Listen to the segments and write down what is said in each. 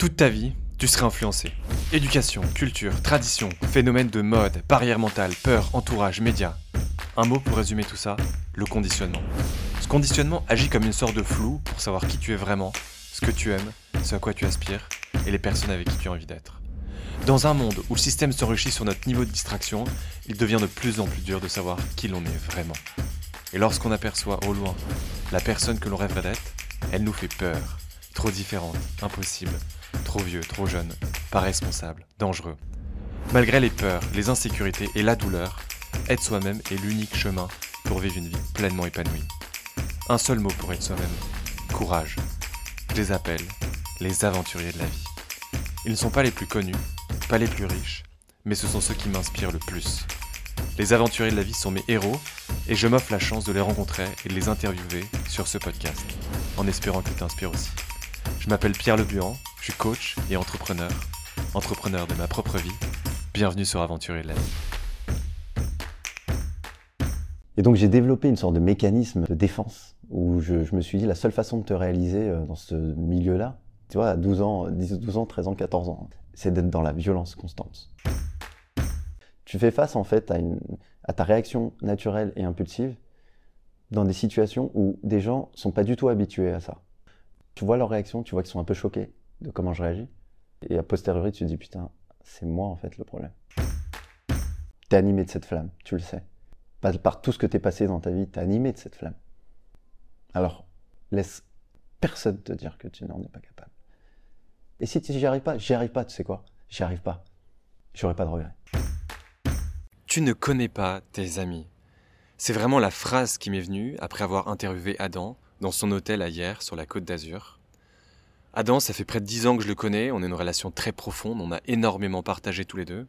Toute ta vie, tu serais influencé. Éducation, culture, tradition, phénomènes de mode, barrière mentale, peur, entourage, médias. Un mot pour résumer tout ça, le conditionnement. Ce conditionnement agit comme une sorte de flou pour savoir qui tu es vraiment, ce que tu aimes, ce à quoi tu aspires et les personnes avec qui tu as envie d'être. Dans un monde où le système s'enrichit sur notre niveau de distraction, il devient de plus en plus dur de savoir qui l'on est vraiment. Et lorsqu'on aperçoit au loin la personne que l'on rêverait d'être, elle nous fait peur. Trop différente, impossible, trop vieux, trop jeune, pas responsable, dangereux. Malgré les peurs, les insécurités et la douleur, être soi-même est l'unique chemin pour vivre une vie pleinement épanouie. Un seul mot pour être soi-même, courage. Je les appelle les aventuriers de la vie. Ils ne sont pas les plus connus, pas les plus riches, mais ce sont ceux qui m'inspirent le plus. Les aventuriers de la vie sont mes héros et je m'offre la chance de les rencontrer et de les interviewer sur ce podcast, en espérant qu'ils t'inspirent aussi. Je m'appelle Pierre Le Buan, je suis coach et entrepreneur de ma propre vie. Bienvenue sur Aventuriers de la vie. Et donc j'ai développé une sorte de mécanisme de défense où je me suis dit la seule façon de te réaliser dans ce milieu-là, tu vois, à 12 ans, 12 ans, 13 ans, 14 ans, c'est d'être dans la violence constante. Tu fais face en fait à ta réaction naturelle et impulsive dans des situations où des gens sont pas du tout habitués à ça. Tu vois leur réaction, tu vois qu'ils sont un peu choqués de comment je réagis. Et a posteriori, tu te dis putain, c'est moi en fait le problème. T'es animé de cette flamme, tu le sais. Par tout ce que t'es passé dans ta vie, t'es animé de cette flamme. Alors, laisse personne te dire que tu n'en es pas capable. Et si j'y arrive pas, tu sais quoi ? J'y arrive pas. J'aurai pas de regrets. Tu ne connais pas tes amis. C'est vraiment la phrase qui m'est venue après avoir interviewé Adam dans son hôtel à Hyères sur la Côte d'Azur. Adam, ça fait près de 10 ans que je le connais, on a une relation très profonde, on a énormément partagé tous les deux.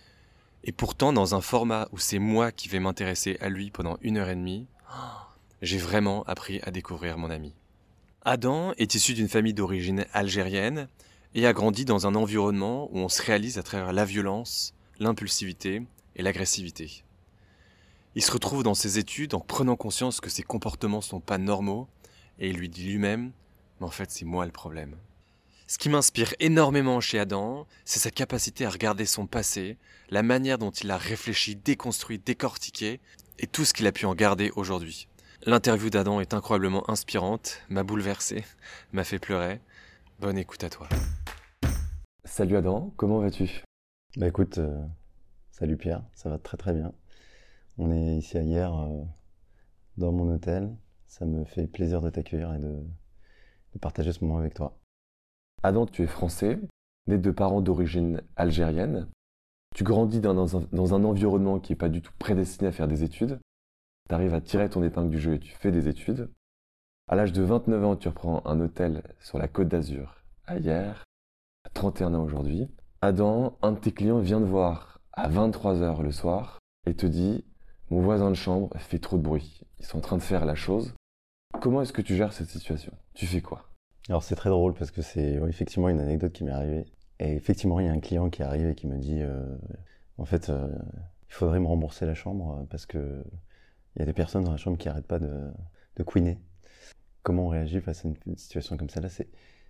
Et pourtant, dans un format où c'est moi qui vais m'intéresser à lui pendant 1h30, j'ai vraiment appris à découvrir mon ami. Adam est issu d'une famille d'origine algérienne et a grandi dans un environnement où on se réalise à travers la violence, l'impulsivité et l'agressivité. Il se retrouve dans ses études en prenant conscience que ses comportements sont pas normaux et il lui dit lui-même « mais en fait c'est moi le problème ». Ce qui m'inspire énormément chez Adam, c'est sa capacité à regarder son passé, la manière dont il a réfléchi, déconstruit, décortiqué et tout ce qu'il a pu en garder aujourd'hui. L'interview d'Adam est incroyablement inspirante, m'a bouleversé, m'a fait pleurer. Bonne écoute à toi. Salut Adam, comment vas-tu ? Bah écoute, salut Pierre, ça va très très bien. On est ici à Hyères, dans mon hôtel. Ça me fait plaisir de t'accueillir et de partager ce moment avec toi. Adam, tu es français, né de parents d'origine algérienne. Tu grandis dans un environnement qui n'est pas du tout prédestiné à faire des études. Tu arrives à tirer ton épingle du jeu et tu fais des études. À l'âge de 29 ans, tu reprends un hôtel sur la Côte d'Azur, à Hyères, à 31 ans aujourd'hui. Adam, un de tes clients vient te voir à 23h le soir et te dit « Mon voisin de chambre fait trop de bruit. Ils sont en train de faire la chose. » Comment est-ce que tu gères cette situation ? Tu fais quoi ? Alors c'est très drôle parce que c'est effectivement une anecdote qui m'est arrivée. Et effectivement, il y a un client qui est arrivé et qui me dit en fait, il faudrait me rembourser la chambre parce que il y a des personnes dans la chambre qui n'arrêtent pas de couiner. Comment on réagit face à une situation comme ça là,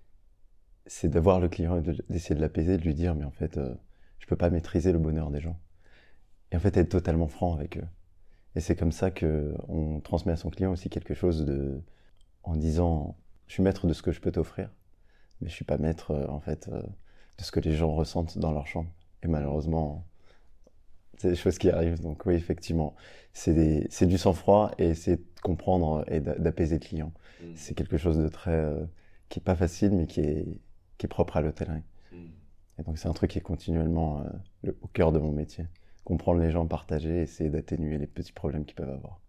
c'est d'avoir le client et d'essayer de l'apaiser, de lui dire mais en fait, je peux pas maîtriser le bonheur des gens. Et en fait, être totalement franc avec eux. Et c'est comme ça que on transmet à son client aussi quelque chose en disant je suis maître de ce que je peux t'offrir, mais je suis pas maître en fait de ce que les gens ressentent dans leur chambre. Et malheureusement, c'est des choses qui arrivent. Donc oui, effectivement, c'est du sang-froid et c'est de comprendre et d'apaiser le client. C'est quelque chose de très qui est pas facile, mais qui est propre à l'hôtellerie. Et donc c'est un truc qui est continuellement au cœur de mon métier. Comprendre les gens, partager, essayer d'atténuer les petits problèmes qu'ils peuvent avoir.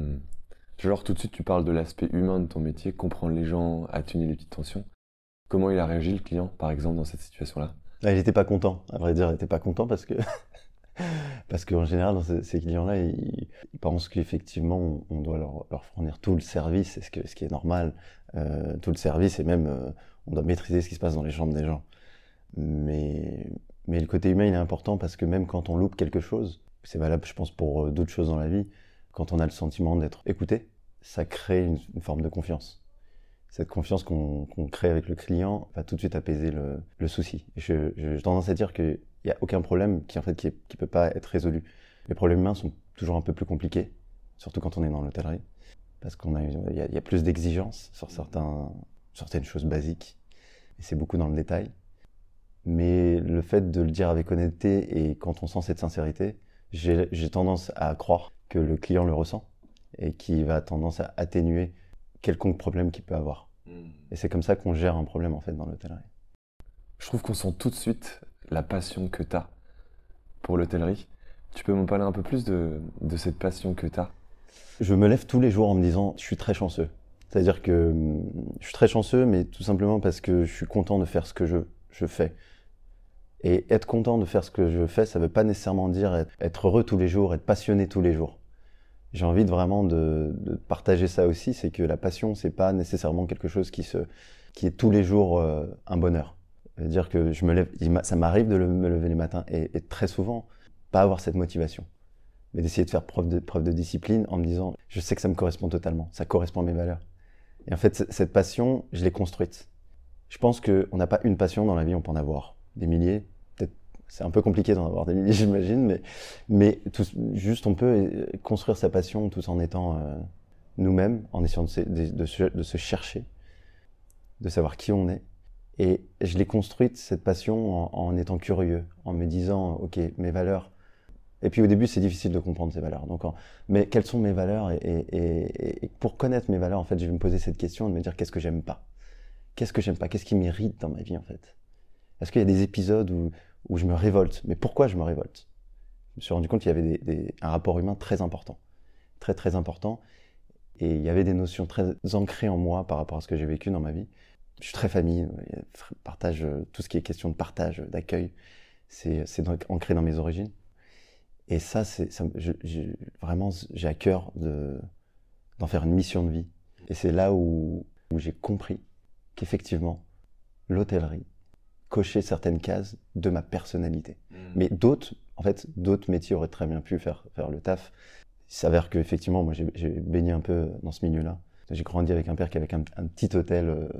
Genre tout de suite tu parles de l'aspect humain de ton métier, comprendre les gens, atténuer les petites tensions. Comment il a réagi le client par exemple dans cette situation-là ? Là, il était pas content, à vrai dire, il était pas content parce que qu'en général dans ces clients-là, ils pensent qu'effectivement on doit leur fournir tout le service, ce qui est normal, tout le service et même on doit maîtriser ce qui se passe dans les chambres des gens. Mais le côté humain il est important parce que même quand on loupe quelque chose, c'est valable je pense pour d'autres choses dans la vie, quand on a le sentiment d'être écouté, ça crée une forme de confiance. Cette confiance qu'on crée avec le client va tout de suite apaiser le souci. Et j'ai tendance à dire qu'il n'y a aucun problème qui peut pas être résolu. Les problèmes humains sont toujours un peu plus compliqués, surtout quand on est dans l'hôtellerie, parce il y a plus d'exigences sur certaines choses basiques, et c'est beaucoup dans le détail. Mais le fait de le dire avec honnêteté et quand on sent cette sincérité, j'ai tendance à croire que le client le ressent et qu'il va tendance à atténuer quelconque problème qu'il peut avoir. Et c'est comme ça qu'on gère un problème en fait dans l'hôtellerie. Je trouve qu'on sent tout de suite la passion que tu as pour l'hôtellerie. Tu peux m'en parler un peu plus de cette passion que tu as? Je me lève tous les jours en me disant je suis très chanceux. C'est-à-dire que je suis très chanceux, mais tout simplement parce que je suis content de faire ce que je fais. Et être content de faire ce que je fais, ça ne veut pas nécessairement dire être heureux tous les jours, être passionné tous les jours. J'ai envie vraiment de partager ça aussi, c'est que la passion, c'est pas nécessairement quelque chose qui est tous les jours un bonheur. C'est-à-dire que ça m'arrive de me lever les matins et très souvent, pas avoir cette motivation. Mais d'essayer de faire preuve de discipline en me disant, je sais que ça me correspond totalement, ça correspond à mes valeurs. Et en fait, cette passion, je l'ai construite. Je pense qu'on n'a pas une passion dans la vie, on peut en avoir des milliers. Peut-être, c'est un peu compliqué d'en avoir des milliers, j'imagine, mais juste on peut construire sa passion tout en étant nous-mêmes, en essayant de se chercher, de savoir qui on est. Et je l'ai construite, cette passion, en étant curieux, en me disant, ok, mes valeurs. Et puis au début, c'est difficile de comprendre ces valeurs. Donc, mais quelles sont mes valeurs et pour connaître mes valeurs, en fait, je vais me poser cette question de me dire qu'est-ce que j'aime pas. Qu'est-ce que j'aime pas? Qu'est-ce qui m'irrite dans ma vie, en fait? Est-ce qu'il y a des épisodes où je me révolte? Mais pourquoi je me révolte? Je me suis rendu compte qu'il y avait un rapport humain très important. Très, très important. Et il y avait des notions très ancrées en moi par rapport à ce que j'ai vécu dans ma vie. Je suis très famille, partage, tout ce qui est question de partage, d'accueil, c'est ancré dans mes origines. Et ça, vraiment, j'ai à cœur d'en faire une mission de vie. Et c'est là où j'ai compris qu'effectivement, l'hôtellerie cochait certaines cases de ma personnalité. Mais d'autres métiers auraient très bien pu faire le taf. Il s'avère qu'effectivement, moi, j'ai baigné un peu dans ce milieu-là. J'ai grandi avec un père qui avait un petit hôtel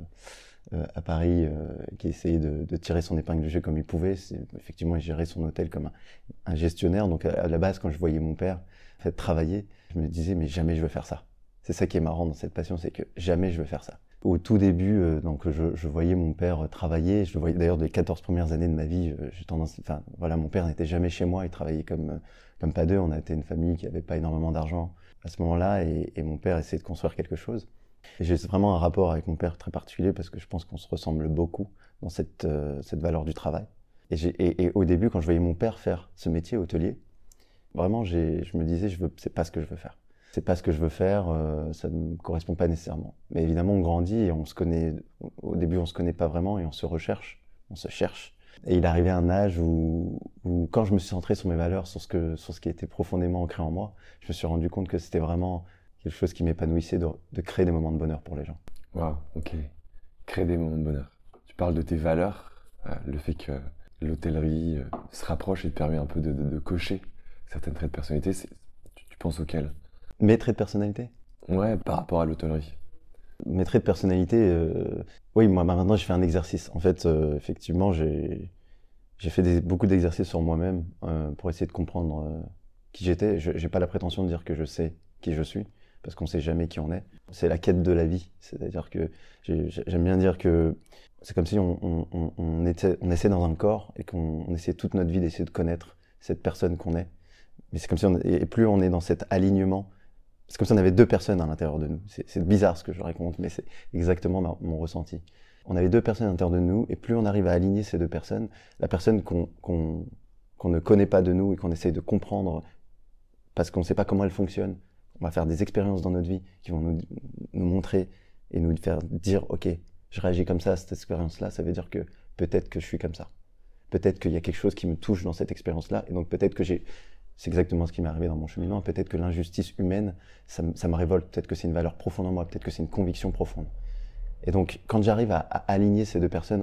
à Paris, qui essayait de tirer son épingle du jeu comme il pouvait. Effectivement, il gérait son hôtel comme un gestionnaire. Donc à la base, quand je voyais mon père travailler, je me disais, mais jamais je veux faire ça. C'est ça qui est marrant dans cette passion, c'est que jamais je veux faire ça. Au tout début, je voyais mon père travailler. Je le voyais d'ailleurs des 14 premières années de ma vie. Mon père n'était jamais chez moi. Il travaillait comme pas deux. On a été une famille qui n'avait pas énormément d'argent à ce moment-là, et mon père essayait de construire quelque chose. Et j'ai vraiment un rapport avec mon père très particulier parce que je pense qu'on se ressemble beaucoup dans cette valeur du travail. Et au début, quand je voyais mon père faire ce métier hôtelier, vraiment, je me disais, c'est pas ce que je veux faire. C'est pas ce que je veux faire, ça ne me correspond pas nécessairement. Mais évidemment, on grandit et on se connaît. Au début, on se connaît pas vraiment et on se recherche, on se cherche. Et il arrivait un âge où quand je me suis centré sur mes valeurs, sur ce qui était profondément ancré en moi, je me suis rendu compte que c'était vraiment quelque chose qui m'épanouissait de créer des moments de bonheur pour les gens. Waouh, ok. Créer des moments de bonheur. Tu parles de tes valeurs, le fait que l'hôtellerie se rapproche et te permet un peu de cocher certains traits de personnalité. Tu penses auxquels? Mes traits de personnalité? Ouais, par rapport à l'hôtellerie. Mes traits de personnalité, oui, moi maintenant je fais un exercice. En fait, effectivement, j'ai fait beaucoup d'exercices sur moi-même pour essayer de comprendre qui j'étais. J'ai pas la prétention de dire que je sais qui je suis, parce qu'on sait jamais qui on est. C'est la quête de la vie. C'est-à-dire que j'aime bien dire que c'est comme si on essaie dans un corps et qu'on essaie toute notre vie d'essayer de connaître cette personne qu'on est. Mais c'est comme si et plus on est dans cet alignement, c'est comme si on avait deux personnes à l'intérieur de nous. C'est bizarre ce que je raconte, mais c'est exactement mon ressenti. On avait deux personnes à l'intérieur de nous, et plus on arrive à aligner ces deux personnes, la personne qu'on ne connaît pas de nous et qu'on essaye de comprendre parce qu'on ne sait pas comment elle fonctionne, on va faire des expériences dans notre vie qui vont nous montrer et nous faire dire « Ok, je réagis comme ça à cette expérience-là, ça veut dire que peut-être que je suis comme ça. Peut-être qu'il y a quelque chose qui me touche dans cette expérience-là, et donc peut-être que c'est exactement ce qui m'est arrivé dans mon cheminement. Peut-être que l'injustice humaine, ça me révolte. Peut-être que c'est une valeur profonde en moi. Peut-être que c'est une conviction profonde. Et donc, quand j'arrive à aligner ces deux personnes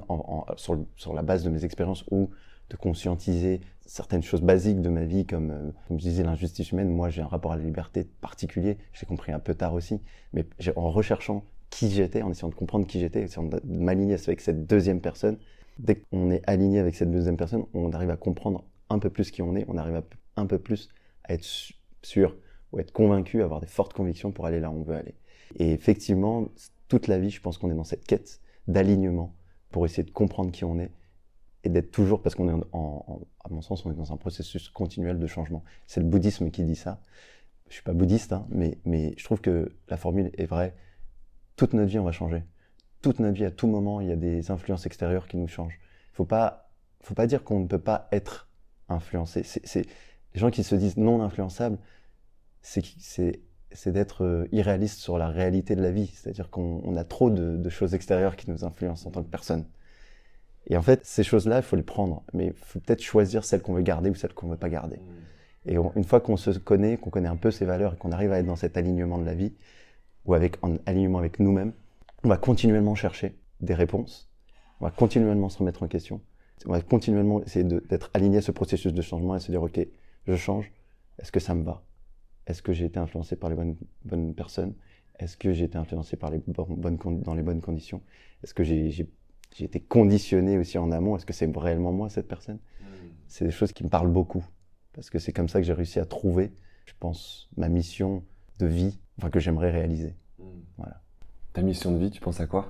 sur la base de mes expériences ou de conscientiser certaines choses basiques de ma vie, comme je disais, l'injustice humaine, moi j'ai un rapport à la liberté particulier. J'ai compris un peu tard aussi. Mais en recherchant qui j'étais, en essayant de comprendre qui j'étais, en essayant de m'aligner avec cette deuxième personne. Dès qu'on est aligné avec cette deuxième personne, on arrive à comprendre un peu plus qui on est, on arrive un peu plus à être sûr ou être convaincu, avoir des fortes convictions pour aller là où on veut aller. Et effectivement, toute la vie, je pense qu'on est dans cette quête d'alignement pour essayer de comprendre qui on est et d'être toujours, parce qu'on est à mon sens, on est dans un processus continuel de changement. C'est le bouddhisme qui dit ça. Je suis pas bouddhiste, hein, mais je trouve que la formule est vraie. Toute notre vie, on va changer. Toute notre vie, à tout moment, il y a des influences extérieures qui nous changent. Faut pas dire qu'on ne peut pas être influencé. Les gens qui se disent non influençables, c'est d'être irréaliste sur la réalité de la vie. C'est-à-dire qu'on a trop de choses extérieures qui nous influencent en tant que personne. Et en fait, ces choses-là, il faut les prendre. Mais il faut peut-être choisir celles qu'on veut garder ou celles qu'on ne veut pas garder. Et une fois qu'on se connaît, qu'on connaît un peu ses valeurs et qu'on arrive à être dans cet alignement de la vie, ou en alignement avec nous-mêmes, on va continuellement chercher des réponses, on va continuellement se remettre en question, on va continuellement essayer d'être aligné à ce processus de changement et se dire ok, je change, est-ce que ça me va? Est-ce que j'ai été influencé par les bonnes personnes? Est-ce que j'ai été influencé par dans les bonnes conditions? Est-ce que j'ai été conditionné aussi en amont? Est-ce que c'est réellement moi cette personne? C'est des choses qui me parlent beaucoup, parce que c'est comme ça que j'ai réussi à trouver, je pense, ma mission de vie, que j'aimerais réaliser. Voilà. Ta mission de vie, tu penses à quoi?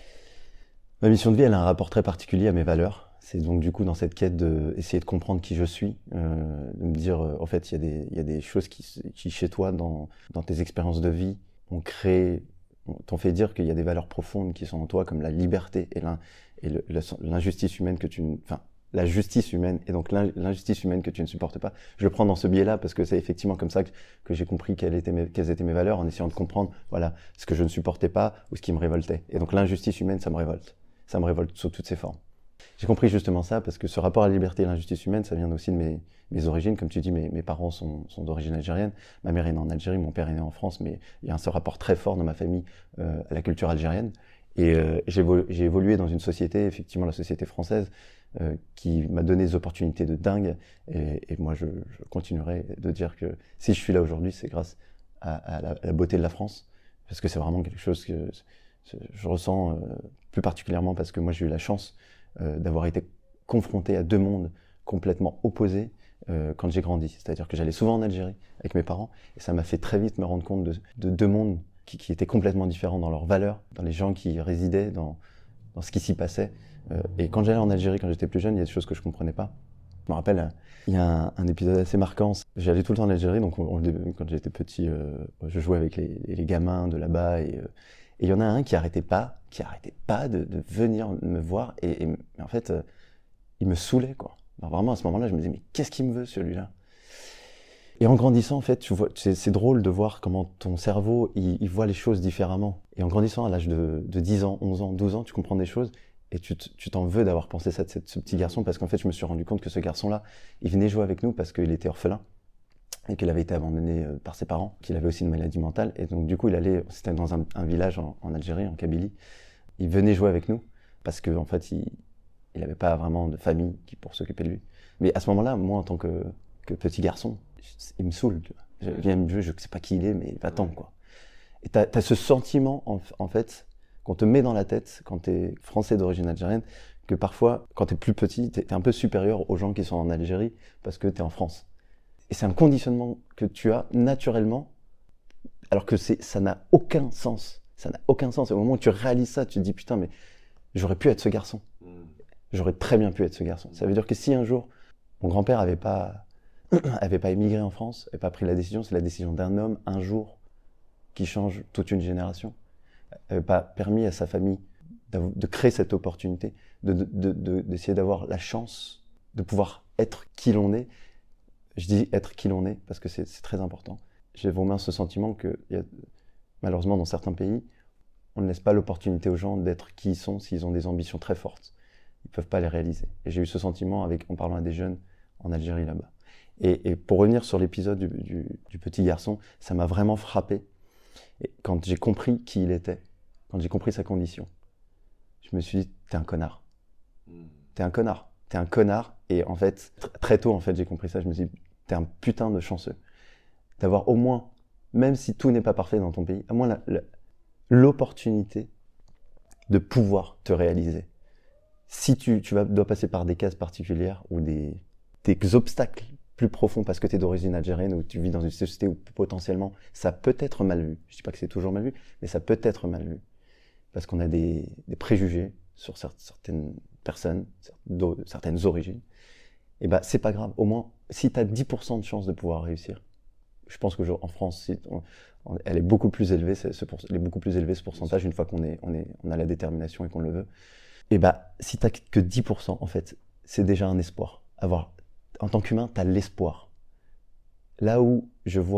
Ma mission de vie, elle a un rapport très particulier à mes valeurs. C'est donc du coup dans cette quête d'essayer de comprendre qui je suis, de me dire, en fait, il y a des choses qui chez toi, dans tes expériences de vie, t'ont fait dire qu'il y a des valeurs profondes qui sont en toi, comme la liberté et l'injustice humaine la justice humaine et donc l'injustice humaine que tu ne supportes pas. Je le prends dans ce biais-là parce que c'est effectivement comme ça que j'ai compris quelles étaient mes valeurs, en essayant de comprendre, voilà, ce que je ne supportais pas ou ce qui me révoltait. Et donc l'injustice humaine, ça me révolte. Ça me révolte sous toutes ses formes. J'ai compris justement ça parce que ce rapport à la liberté et l'injustice humaine, ça vient aussi de mes origines. Comme tu dis, mes parents sont d'origine algérienne. Ma mère est née en Algérie, mon père est né en France, mais il y a ce rapport très fort dans ma famille à la culture algérienne. Et j'ai évolué dans une société, effectivement la société française, qui m'a donné des opportunités de dingue. Et moi, je continuerai de dire que si je suis là aujourd'hui, c'est grâce à la beauté de la France. Parce que c'est vraiment quelque chose que je ressens plus particulièrement parce que moi, j'ai eu la chance d'avoir été confronté à deux mondes complètement opposés quand j'ai grandi. C'est-à-dire que j'allais souvent en Algérie avec mes parents et ça m'a fait très vite me rendre compte de deux mondes qui étaient complètement différents dans leurs valeurs, dans les gens qui y résidaient, dans ce qui s'y passait. Et quand j'allais en Algérie, quand j'étais plus jeune, il y a des choses que je comprenais pas. Je me rappelle, il y a un épisode assez marquant. J'allais tout le temps en Algérie, donc quand j'étais petit, je jouais avec les gamins de là-bas et il y en a un qui arrêtait pas de venir me voir et en fait, il me saoulait, quoi. Alors vraiment, à ce moment-là, je me disais, mais qu'est-ce qu'il me veut, celui-là? Et en grandissant, en fait, tu vois, c'est drôle de voir comment ton cerveau, il voit les choses différemment. Et en grandissant, à l'âge de 10 ans, 11 ans, 12 ans, tu comprends des choses et tu t'en veux d'avoir pensé ça de ce petit garçon parce qu'en fait, je me suis rendu compte que ce garçon-là, il venait jouer avec nous parce qu'il était orphelin et qu'il avait été abandonné par ses parents, qu'il avait aussi une maladie mentale. Et donc, du coup, c'était dans un village en Algérie, en Kabylie. Il venait jouer avec nous parce qu'en fait, il n'avait pas vraiment de famille pour s'occuper de lui. Mais à ce moment-là, moi, en tant que petit garçon, il me saoule. Je viens me jouer, je ne sais pas qui il est, mais va-t'en, quoi. Et t'as ce sentiment, en fait, qu'on te met dans la tête quand t'es français d'origine algérienne, que parfois, quand t'es plus petit, t'es un peu supérieur aux gens qui sont en Algérie parce que t'es en France. Et c'est un conditionnement que tu as naturellement, alors que ça n'a aucun sens. Ça n'a aucun sens. Et au moment où tu réalises ça, tu te dis, putain, mais j'aurais pu être ce garçon. J'aurais très bien pu être ce garçon. Ça veut dire que si un jour, mon grand-père avait pas émigré en France, n'avait pas pris la décision, c'est la décision d'un homme, un jour, qui change toute une génération, n'avait pas permis à sa famille de créer cette opportunité, d'essayer d'avoir la chance de pouvoir être qui l'on est. Je dis être qui l'on est parce que c'est très important. J'ai vraiment ce sentiment que, malheureusement, dans certains pays, on ne laisse pas l'opportunité aux gens d'être qui ils sont s'ils ont des ambitions très fortes. Ils ne peuvent pas les réaliser. Et j'ai eu ce sentiment en parlant à des jeunes en Algérie là-bas. Et pour revenir sur l'épisode du petit garçon, ça m'a vraiment frappé. Et quand j'ai compris qui il était, quand j'ai compris sa condition, je me suis dit, t'es un connard. T'es un connard. T'es un connard. Et en fait, très tôt, en fait, j'ai compris ça. Je me suis dit, t'es un putain de chanceux. D'avoir au moins, même si tout n'est pas parfait dans ton pays, au moins l'opportunité de pouvoir te réaliser. Si dois passer par des cases particulières ou des obstacles plus profonds parce que tu es d'origine algérienne ou tu vis dans une société où potentiellement ça peut être mal vu. Je dis pas que c'est toujours mal vu, mais ça peut être mal vu. Parce qu'on a des préjugés sur certaines personnes, certaines origines. Et bah, c'est pas grave. Au moins, si tu as 10% de chance de pouvoir réussir, je pense qu'en France, elle est beaucoup plus élevée, elle est beaucoup plus élevée ce pourcentage une fois qu'on a la détermination et qu'on le veut. Et bah, si t'as que 10%, en fait, c'est déjà un espoir. En tant qu'humain, t'as l'espoir. Là où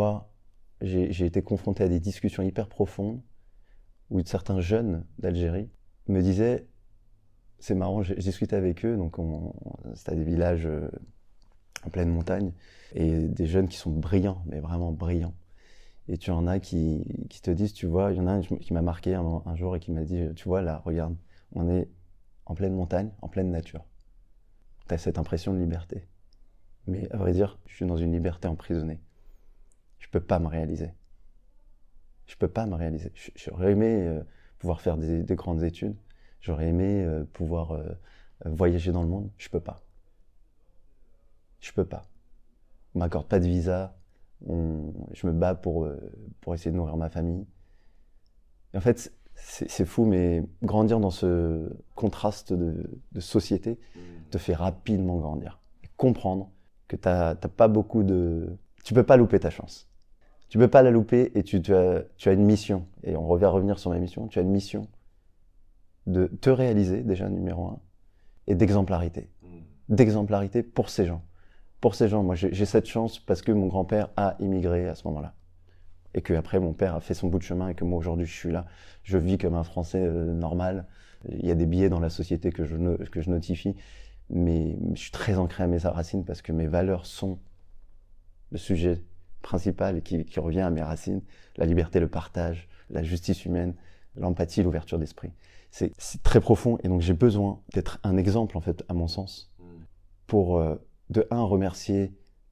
j'ai été confronté à des discussions hyper profondes, où certains jeunes d'Algérie me disaient, c'est marrant, j'ai discuté avec eux, donc c'était à des villages en pleine montagne, et des jeunes qui sont brillants, mais vraiment brillants. Et tu en as qui te disent, tu vois, il y en a un qui m'a marqué un jour et qui m'a dit, tu vois, là, regarde, on est en pleine montagne, en pleine nature. Tu as cette impression de liberté. Mais à vrai dire, je suis dans une liberté emprisonnée. Je peux pas me réaliser. Je peux pas me réaliser. J'aurais aimé pouvoir faire des grandes études. J'aurais aimé pouvoir voyager dans le monde. Je peux pas. Je peux pas. On m'accorde pas de visa. Je me bats pour essayer de nourrir ma famille. Et en fait, c'est fou, mais grandir dans ce contraste de société te fait rapidement grandir. Et comprendre que t'as pas beaucoup de... Tu peux pas louper ta chance. Tu peux pas la louper et tu as une mission. Et on va revenir sur ma mission. Tu as une mission de te réaliser, déjà numéro 1, et d'exemplarité. D'exemplarité pour ces gens. Pour ces gens, moi j'ai cette chance parce que mon grand-père a immigré à ce moment-là. Et que après mon père a fait son bout de chemin et que moi aujourd'hui je suis là. Je vis comme un Français normal. Il y a des biais dans la société que je notifie. Mais je suis très ancré à mes racines parce que mes valeurs sont le sujet principal et qui revient à mes racines. La liberté, le partage, la justice humaine, l'empathie, l'ouverture d'esprit. C'est très profond et donc j'ai besoin d'être un exemple en fait, à mon sens, pour de un, remercier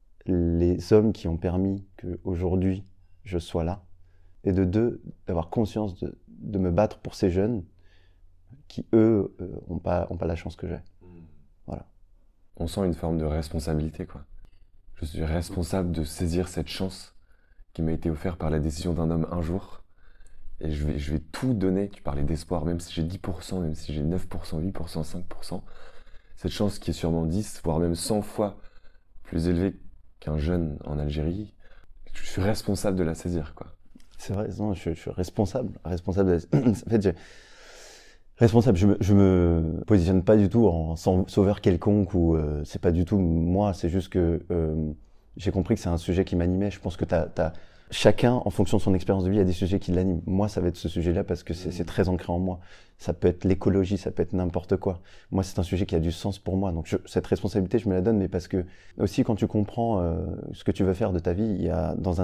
les hommes qui ont permis qu'aujourd'hui je sois là, et de deux, d'avoir conscience de me battre pour ces jeunes qui, eux, ont pas la chance que j'ai. Voilà. On sent une forme de responsabilité, quoi. Je suis responsable de saisir cette chance qui m'a été offerte par la décision d'un homme un jour, et je vais tout donner. Tu parlais d'espoir, même si j'ai 10%, même si j'ai 9%, 8%, 5%, cette chance qui est sûrement 10, voire même 100 fois plus élevée qu'un jeune en Algérie, je suis responsable de la saisir, quoi. C'est vrai, non, je suis responsable. En fait, responsable, je me positionne pas du tout en sauveur quelconque ou c'est pas du tout moi, c'est juste que j'ai compris que c'est un sujet qui m'animait. Je pense que chacun, en fonction de son expérience de vie, a des sujets qui l'animent. Moi, ça va être ce sujet-là parce que c'est très ancré en moi. Ça peut être l'écologie, ça peut être n'importe quoi. Moi, c'est un sujet qui a du sens pour moi. Donc, cette responsabilité, je me la donne, mais parce que aussi, quand tu comprends ce que tu veux faire de ta vie, il y a dans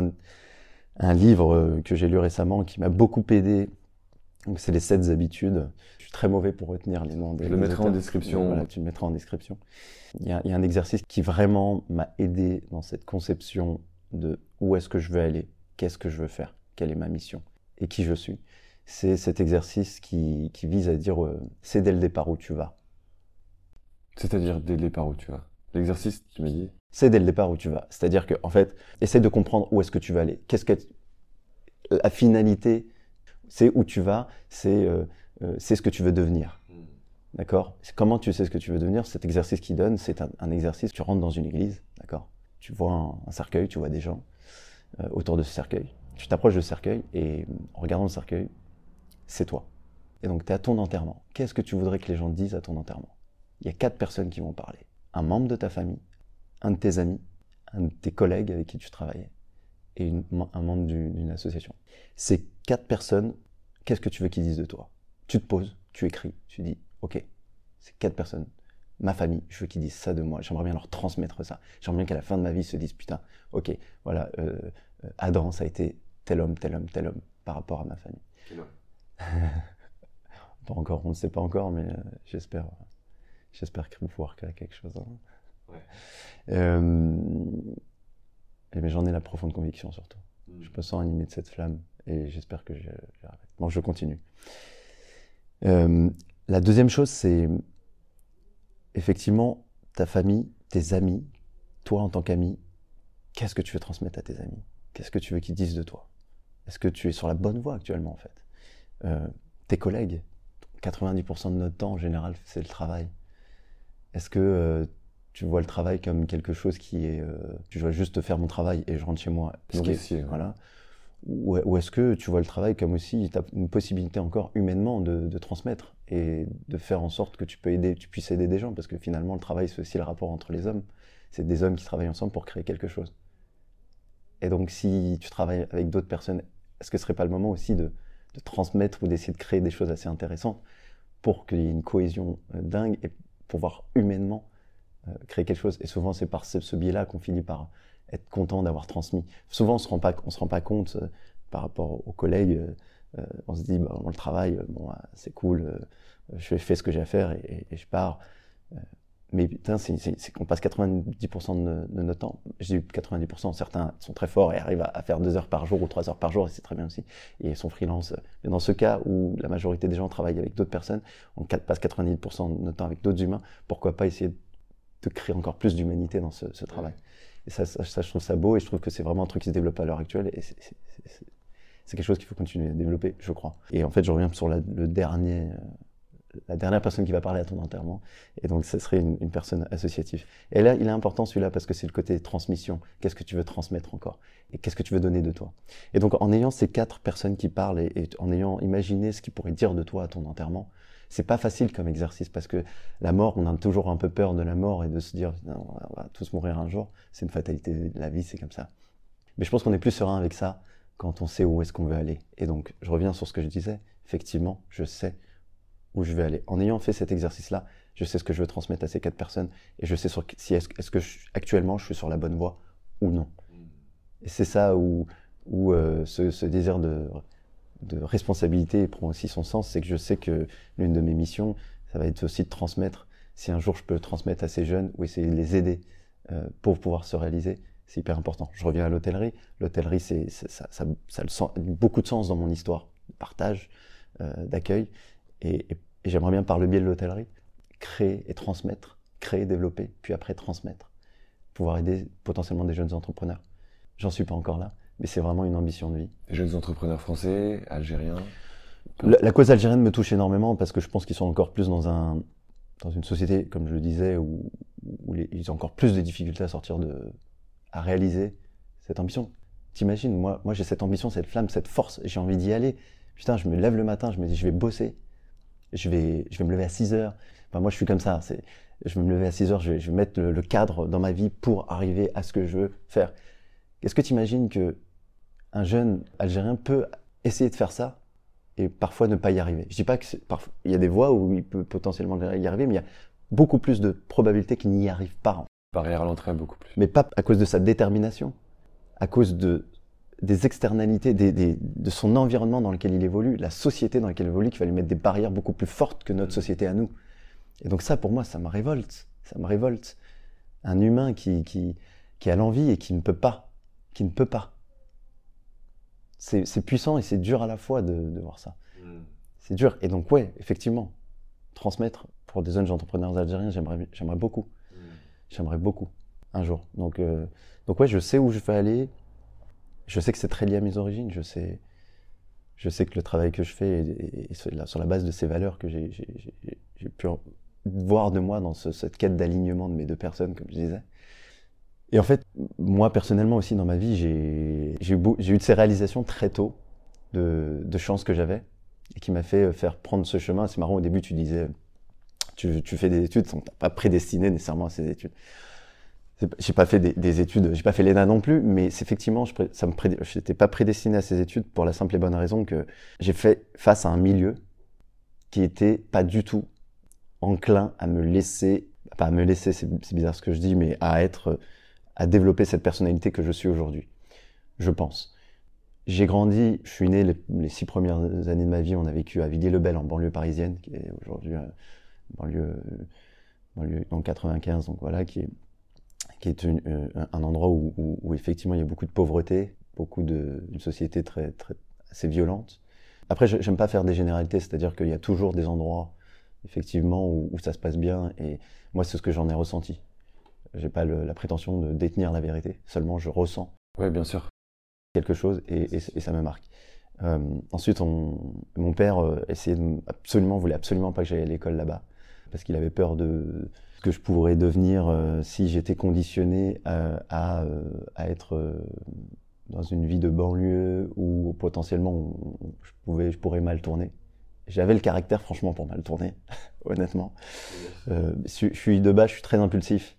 un livre que j'ai lu récemment qui m'a beaucoup aidé. Donc, c'est les 7 habitudes. Je suis très mauvais pour retenir les noms des Je le mettrai en auteurs. description. Voilà, tu le mettras en description. Il y a un exercice qui vraiment m'a aidé dans cette conception de où est-ce que je veux aller, qu'est-ce que je veux faire, quelle est ma mission et qui je suis. C'est cet exercice qui vise à dire c'est dès le départ où tu vas. C'est-à-dire dès le départ où tu vas. L'exercice, tu m'as dit. C'est dès le départ où tu vas. C'est-à-dire que, en fait, essaie de comprendre où est-ce que tu veux aller. La finalité, c'est où tu vas, c'est ce que tu veux devenir. D'accord ? Comment tu sais ce que tu veux devenir ? Cet exercice qu'il donne, c'est un exercice. Tu rentres dans une église, d'accord ? Tu vois un cercueil, tu vois des gens autour de ce cercueil. Tu t'approches de ce cercueil et en regardant le cercueil, c'est toi. Et donc, tu es à ton enterrement. Qu'est-ce que tu voudrais que les gens disent à ton enterrement ? Il y a 4 personnes qui vont parler. Un membre de ta famille, un de tes amis, un de tes collègues avec qui tu travaillais et un membre d'une association. Ces 4 personnes, qu'est-ce que tu veux qu'ils disent de toi ? Tu te poses, tu écris, tu dis, ok, ces 4 personnes, ma famille, je veux qu'ils disent ça de moi, j'aimerais bien leur transmettre ça. J'aimerais bien qu'à la fin de ma vie, ils se disent, putain, ok, voilà, Adam, ça a été tel homme par rapport à ma famille. Quel homme ? Pas encore, on ne sait pas encore, mais j'espère pouvoir créer quelque chose. Hein. Ouais. Mais j'en ai la profonde conviction surtout. Je me sens animé de cette flamme et j'espère que j'arrête. Bon, je continue. La deuxième chose, c'est effectivement ta famille, tes amis, toi en tant qu'ami, qu'est-ce que tu veux transmettre à tes amis? Qu'est-ce que tu veux qu'ils disent de toi? Est-ce que tu es sur la bonne voie actuellement en fait? Tes collègues, 90% de notre temps en général, c'est le travail. Est-ce que tu vois le travail comme quelque chose qui est... je dois juste faire mon travail et je rentre chez moi. Voilà. Ou est-ce que tu vois le travail comme aussi une possibilité encore humainement de transmettre et de faire en sorte que tu puisses aider des gens, parce que finalement le travail c'est aussi le rapport entre les hommes, c'est des hommes qui travaillent ensemble pour créer quelque chose. Et donc si tu travailles avec d'autres personnes, est-ce que ce serait pas le moment aussi de transmettre ou d'essayer de créer des choses assez intéressantes pour qu'il y ait une cohésion dingue et pouvoir humainement créer quelque chose? Et souvent c'est par ce biais-là qu'on finit par être content d'avoir transmis. Souvent, on se rend pas compte par rapport aux collègues. On se dit, bon, le travail, c'est cool, je fais ce que j'ai à faire et je pars. Mais putain, c'est qu'on passe 90% de notre temps. Je dis 90%, certains sont très forts et arrivent à faire 2 heures par jour ou 3 heures par jour, et c'est très bien aussi. Et ils sont freelance. Mais dans ce cas où la majorité des gens travaillent avec d'autres personnes, on passe 90% de notre temps avec d'autres humains, pourquoi pas essayer de créer encore plus d'humanité dans ce travail? Et ça, je trouve ça beau et je trouve que c'est vraiment un truc qui se développe à l'heure actuelle et c'est quelque chose qu'il faut continuer à développer, je crois. Et en fait, je reviens sur la dernière personne qui va parler à ton enterrement, et donc ça serait une personne associative. Et là, il est important celui-là parce que c'est le côté transmission. Qu'est-ce que tu veux transmettre encore? Et qu'est-ce que tu veux donner de toi? Et donc en ayant ces 4 personnes qui parlent et en ayant imaginé ce qu'ils pourraient dire de toi à ton enterrement, c'est pas facile comme exercice parce que la mort, on a toujours un peu peur de la mort et de se dire non, on va tous mourir un jour. C'est une fatalité de la vie, c'est comme ça. Mais je pense qu'on est plus serein avec ça quand on sait où est-ce qu'on veut aller. Et donc, je reviens sur ce que je disais. Effectivement, je sais où je vais aller. En ayant fait cet exercice-là, je sais ce que je veux transmettre à ces 4 personnes et je sais si est-ce que actuellement je suis sur la bonne voie ou non. Et c'est ça où ce désir de responsabilité prend aussi son sens, c'est que je sais que l'une de mes missions, ça va être aussi de transmettre. Si un jour je peux transmettre à ces jeunes ou essayer de les aider pour pouvoir se réaliser, c'est hyper important. Je reviens à l'hôtellerie. L'hôtellerie, ça a beaucoup de sens dans mon histoire de partage, d'accueil. Et j'aimerais bien, par le biais de l'hôtellerie, créer et transmettre, créer, développer, puis après transmettre. Pouvoir aider potentiellement des jeunes entrepreneurs. J'en suis pas encore là, mais c'est vraiment une ambition de vie. Des jeunes entrepreneurs français, algériens? La cause algérienne me touche énormément parce que je pense qu'ils sont encore plus dans une société, comme je le disais, où ils ont encore plus de difficultés à réaliser cette ambition. T'imagines, moi j'ai cette ambition, cette flamme, cette force, j'ai envie d'y aller. Putain, je me lève le matin, je me dis je vais bosser, je vais me lever à 6 heures. Enfin, moi je suis comme ça, je vais me lever à 6 heures, je vais mettre le cadre dans ma vie pour arriver à ce que je veux faire. Est-ce que tu imagines qu'un jeune Algérien peut essayer de faire ça et parfois ne pas y arriver? Je dis pas qu'il y a des voies où il peut potentiellement y arriver, mais il y a beaucoup plus de probabilités qu'il n'y arrive pas. Barrière à l'entrée, beaucoup plus. Mais pas à cause de sa détermination, à cause des externalités, de son environnement dans lequel il évolue, la société dans laquelle il évolue, qui va lui mettre des barrières beaucoup plus fortes que notre société à nous. Et donc ça, pour moi, ça me révolte. Ça me révolte. Un humain qui a l'envie et qui ne peut pas. C'est puissant et c'est dur à la fois de voir ça. C'est dur. Et donc ouais, effectivement, transmettre pour des jeunes entrepreneurs algériens, j'aimerais beaucoup. J'aimerais beaucoup, un jour. Donc ouais, je sais où je veux aller. Je sais que c'est très lié à mes origines. Je sais que le travail que je fais est sur la base de ces valeurs que j'ai pu voir de moi dans cette quête d'alignement de mes 2 personnes, comme je disais. Et en fait, moi personnellement aussi dans ma vie, j'ai eu de ces réalisations très tôt de chances que j'avais et qui m'a fait faire prendre ce chemin. C'est marrant, au début tu disais, tu fais des études, on t'a pas prédestiné nécessairement à ces études. J'ai pas fait des études, j'ai pas fait l'ENA non plus, mais effectivement, j'étais pas prédestiné à ces études pour la simple et bonne raison que j'ai fait face à un milieu qui était pas du tout enclin à me laisser, pas à me laisser, c'est bizarre ce que je dis, mais à développer cette personnalité que je suis aujourd'hui, je pense. J'ai grandi, je suis né les 6 premières années de ma vie, on a vécu à Villiers-le-Bel en banlieue parisienne, qui est aujourd'hui banlieue dans le 95, donc voilà, qui est un endroit où effectivement il y a beaucoup de pauvreté, une société assez violente. Après, j'aime pas faire des généralités, c'est-à-dire qu'il y a toujours des endroits, effectivement, où ça se passe bien, et moi, c'est ce que j'en ai ressenti. J'ai pas la prétention de détenir la vérité, seulement je ressens Ouais, bien sûr. quelque chose et ça me marque. Ensuite, mon père voulait absolument pas que j'aille à l'école là-bas, parce qu'il avait peur de ce que je pourrais devenir si j'étais conditionné à être dans une vie de banlieue où potentiellement je pourrais mal tourner. J'avais le caractère franchement pour mal tourner, honnêtement. Je suis très impulsif,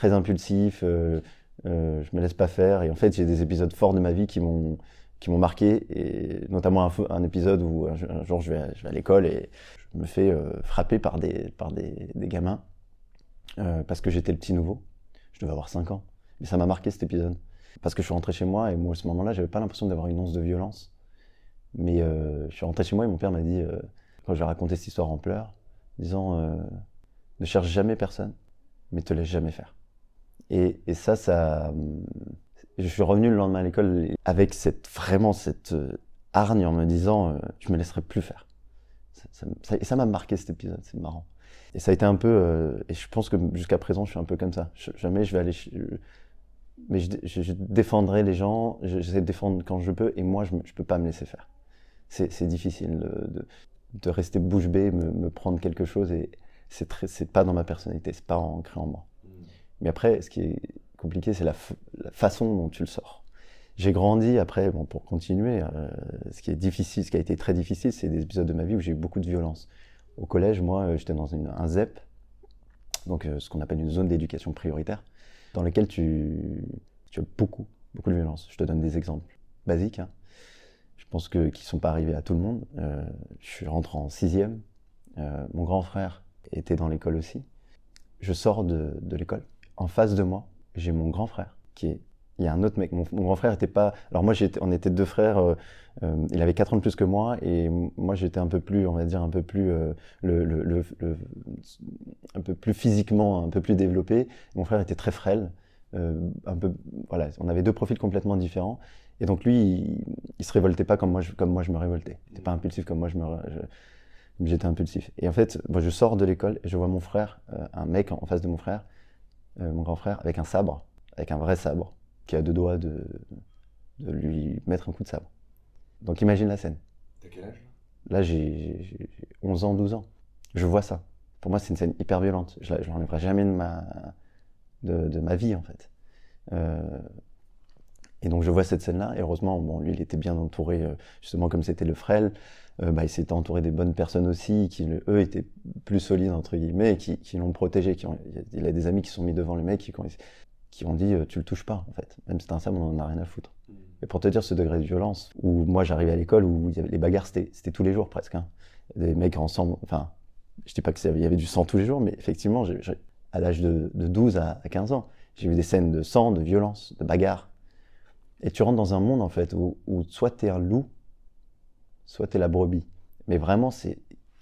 je me laisse pas faire, et en fait j'ai des épisodes forts de ma vie qui m'ont marqué, et notamment un épisode où un jour je vais à l'école et je me fais frapper par des gamins parce que j'étais le petit nouveau. Je devais avoir 5 ans, mais ça m'a marqué cet épisode parce que je suis rentré chez moi, et moi à ce moment-là j'avais pas l'impression d'avoir une once de violence, mais je suis rentré chez moi et mon père m'a dit, quand j'ai raconté cette histoire en pleurs, disant ne cherche jamais personne, mais te laisse jamais faire. Et ça, je suis revenu le lendemain à l'école avec cette hargne en me disant je me laisserai plus faire. Et ça m'a marqué cet épisode, c'est marrant. Et ça a été un peu, et je pense que jusqu'à présent je suis un peu comme ça. Jamais je vais aller, mais je défendrai les gens, j'essaie de défendre quand je peux, et moi je peux pas me laisser faire. C'est difficile de rester bouche bée, me prendre quelque chose, et c'est pas dans ma personnalité, c'est pas ancré en moi. Mais après, ce qui est compliqué, c'est la façon dont tu le sors. J'ai grandi après, pour continuer, ce qui a été très difficile, c'est des épisodes de ma vie où j'ai eu beaucoup de violence. Au collège, moi, j'étais dans un ZEP, donc ce qu'on appelle une zone d'éducation prioritaire, dans lequel tu as beaucoup de violence. Je te donne des exemples basiques, hein. Je pense qu'ils ne sont pas arrivés à tout le monde. Je rentre en 6e, mon grand frère était dans l'école aussi. Je sors de l'école. En face de moi, j'ai mon grand frère il y a un autre mec. Mon grand frère était pas. Alors moi, on était 2 frères. Il avait 4 ans de plus que moi, et moi j'étais un peu plus, on va dire, un peu plus un peu plus physiquement, un peu plus développé. Mon frère était très frêle. Voilà, on avait 2 profils complètement différents. Et donc lui, il se révoltait pas comme moi je me révoltais. Il était pas impulsif comme moi j'étais impulsif. Et en fait, moi, je sors de l'école et je vois mon frère, un mec en face de mon frère, mon grand frère, avec un sabre, avec un vrai sabre, qui a 2 doigts de lui mettre un coup de sabre. Donc imagine la scène. T'as quel âge? Là, j'ai 11 ans, 12 ans. Je vois ça. Pour moi, c'est une scène hyper violente. Je l'enlèverai jamais de ma vie, en fait. Et donc je vois cette scène-là, et heureusement, lui, il était bien entouré, justement comme c'était le frêle, il s'était entouré des bonnes personnes aussi, qui eux étaient plus solides, entre guillemets, et qui l'ont protégé. Il a des amis qui sont mis devant le mec, qui ont dit tu le touches pas, en fait. Même si c'est un sabre, on en a rien à foutre. Et pour te dire ce degré de violence, où moi j'arrivais à l'école, où les bagarres c'était tous les jours presque, hein. Des mecs ensemble, enfin, je dis pas qu'il y avait du sang tous les jours, mais effectivement, à l'âge de 12 à 15 ans, j'ai vu des scènes de sang, de violence, de bagarres. Et tu rentres dans un monde, en fait, où soit t'es un loup, soit t'es la brebis. Mais vraiment, c'est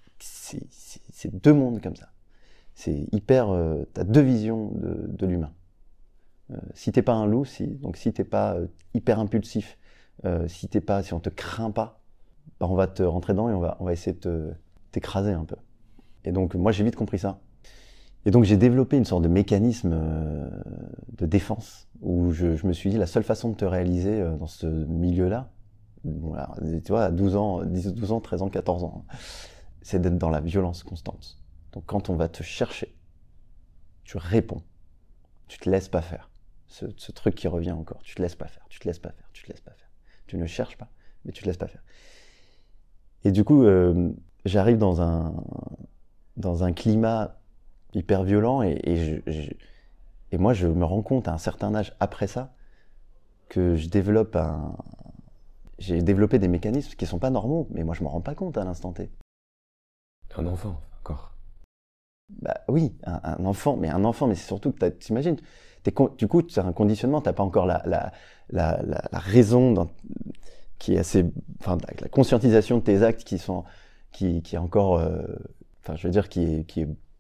2 mondes comme ça. C'est hyper... t'as 2 visions de l'humain. Si t'es pas un loup, donc si t'es pas hyper impulsif, si on te craint pas, on va te rentrer dedans et on va essayer de t'écraser un peu. Et donc, moi, j'ai vite compris ça. Et donc j'ai développé une sorte de mécanisme de défense, où je me suis dit, la seule façon de te réaliser dans ce milieu-là, voilà, tu vois, à 12 ans, 13 ans, 14 ans, c'est d'être dans la violence constante. Donc quand on va te chercher, tu réponds, tu te laisses pas faire. Ce truc qui revient encore, tu te laisses pas faire. Tu ne cherches pas, mais tu te laisses pas faire. Et du coup, j'arrive dans un climat hyper violent, et moi je me rends compte à un certain âge après ça que j'ai développé des mécanismes qui sont pas normaux, mais moi je m'en rends pas compte à l'instant T. Un enfant, encore. Bah oui, un enfant, mais c'est surtout que t'imagines, du coup c'est un conditionnement, t'as pas encore la raison qui est assez, enfin la conscientisation de tes actes qui est encore, enfin je veux dire qui est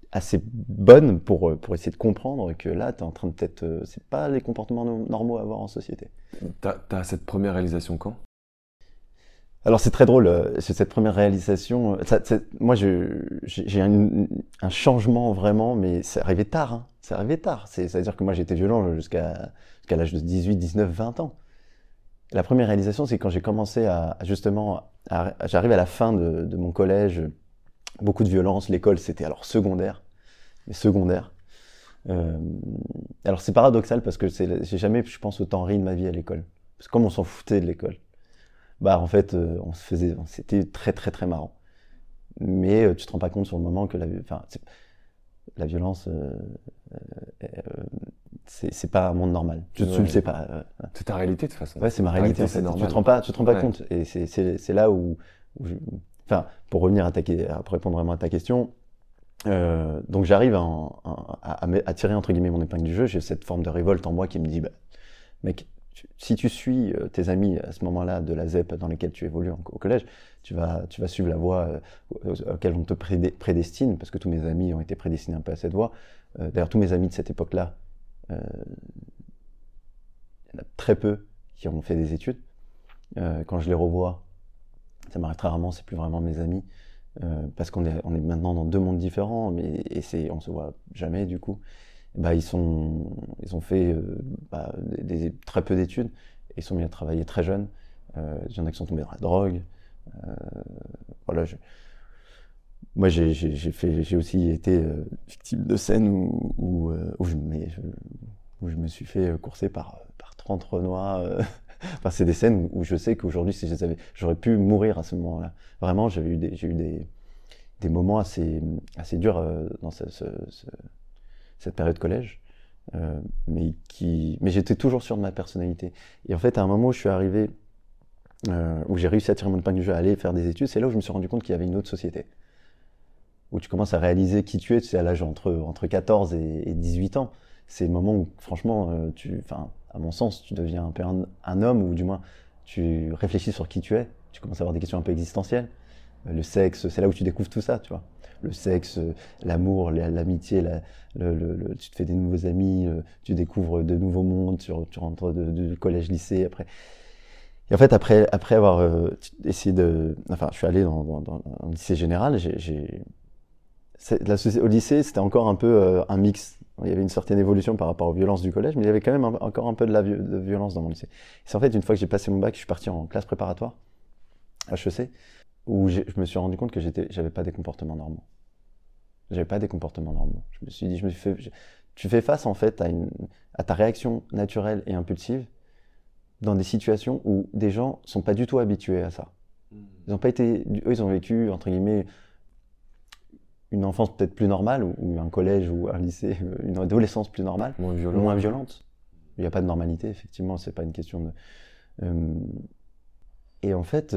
assez bonne pour essayer de comprendre que là, t'es en train de peut-être... c'est pas les comportements normaux à avoir en société. T'as cette première réalisation quand? Alors c'est très drôle, c'est cette première réalisation. Moi, j'ai un changement vraiment, mais c'est arrivé tard. Hein. C'est arrivé tard. C'est-à-dire que moi, j'étais violent jusqu'à l'âge de 18, 19, 20 ans. La première réalisation, c'est quand j'ai commencé j'arrive à la fin de mon collège, beaucoup de violence. L'école, c'était alors secondaire, mais secondaire. Alors c'est paradoxal parce que j'ai jamais, je pense, autant ri de ma vie à l'école. Parce que comme on s'en foutait de l'école. Bah en fait, c'était très très très marrant. Mais tu te rends pas compte sur le moment que la violence, c'est pas un monde normal. Tu le sais pas. C'est ta réalité de toute façon. Ouais, c'est ma réalité en fait. C'est normal. Tu te rends pas compte. Et c'est là où enfin, pour revenir pour répondre vraiment à ta question, donc j'arrive à tirer entre guillemets mon épingle du jeu. J'ai cette forme de révolte en moi qui me dit, bah, mec, si tu suis tes amis à ce moment-là de la ZEP dans lesquels tu évolues au collège, tu vas suivre la voie auquel on te prédestine, parce que tous mes amis ont été prédestinés un peu à cette voie. D'ailleurs, tous mes amis de cette époque-là, il y en a très peu qui ont fait des études. Quand je les revois, ça m'arrive très rarement, c'est plus vraiment mes amis, parce qu'on est maintenant dans deux mondes différents, on se voit jamais du coup. Bah, ils ont fait très peu d'études et ils sont mis à travailler très jeunes. Il y en a qui sont tombés dans la drogue. Voilà, moi j'ai aussi été victime de scènes où je me suis fait courser par 30 Renois. Enfin, c'est des scènes où je sais qu'aujourd'hui, si j'aurais pu mourir à ce moment-là. Vraiment, j'ai eu des moments assez durs dans cette période collège, mais j'étais toujours sûr de ma personnalité. Et en fait, à un moment où je suis arrivé, où j'ai réussi à tirer mon épingle du jeu, à aller faire des études, c'est là où je me suis rendu compte qu'il y avait une autre société. Où tu commences à réaliser qui tu es, à l'âge entre 14 et 18 ans. C'est le moment où, franchement, à mon sens, tu deviens un peu un homme, ou du moins, tu réfléchis sur qui tu es. Tu commences à avoir des questions un peu existentielles. Le sexe, c'est là où tu découvres tout ça, tu vois. Le sexe, l'amour, l'amitié, tu te fais des nouveaux amis, tu découvres de nouveaux mondes, tu rentres de collège, lycée, après. Et en fait, après avoir essayé je suis allé dans un lycée général, au lycée, c'était encore un peu un mix. Il y avait une certaine évolution par rapport aux violences du collège, mais il y avait quand même encore un peu de violence dans mon lycée. Et c'est en fait, une fois que j'ai passé mon bac, je suis parti en classe préparatoire, HEC, où je me suis rendu compte que j'avais pas des comportements normaux. J'avais pas des comportements normaux. Je me suis dit, tu fais face en fait à ta réaction naturelle et impulsive dans des situations où des gens sont pas du tout habitués à ça. Ils ont vécu, entre guillemets, une enfance peut-être plus normale, ou un collège ou un lycée, une adolescence plus normale, moins violente. Il n'y a pas de normalité, effectivement, c'est pas une question de... Et en fait,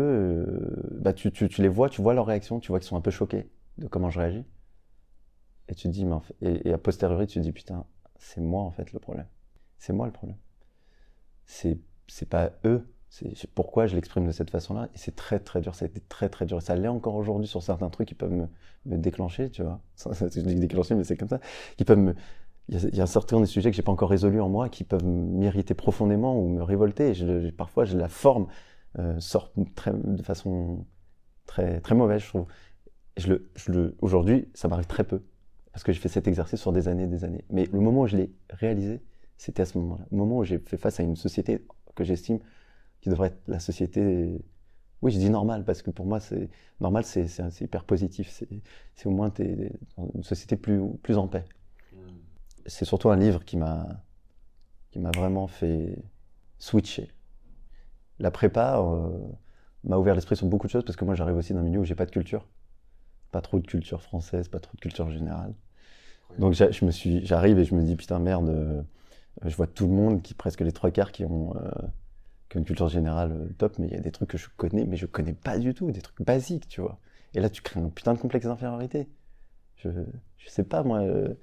tu les vois, tu vois leur réaction, tu vois qu'ils sont un peu choqués de comment je réagis. Et tu te dis, et a posteriori, tu te dis, putain, c'est moi en fait le problème. C'est moi le problème. C'est pas eux. Pourquoi je l'exprime de cette façon-là. Et c'est très très dur, ça a été très très dur. Ça l'est encore aujourd'hui sur certains trucs qui peuvent me déclencher, tu vois. Je dis déclencher, mais c'est comme ça. Il y a un certain sujets que j'ai pas encore résolus en moi qui peuvent m'irriter profondément ou me révolter. Et parfois, la forme sort de façon très, très mauvaise, je trouve. Aujourd'hui, ça m'arrive très peu. Parce que j'ai fait cet exercice sur des années et des années. Mais le moment où je l'ai réalisé, c'était à ce moment-là. Au moment où j'ai fait face à une société que j'estime qui devrait être la société... Oui, je dis normale, parce que pour moi, c'est hyper positif. C'est au moins t'es dans une société plus en paix. C'est surtout un livre qui m'a vraiment fait switcher. La prépa m'a ouvert l'esprit sur beaucoup de choses, parce que moi, j'arrive aussi d'un milieu où j'ai pas de culture. Pas trop de culture française, pas trop de culture générale. Donc j'arrive et je me dis, putain, merde, je vois tout le monde, presque les 3/4 qui ont une culture générale top, mais il y a des trucs que je connais, mais je connais pas du tout, des trucs basiques, tu vois. Et là, tu crées un putain de complexe d'infériorité. Je sais pas, moi,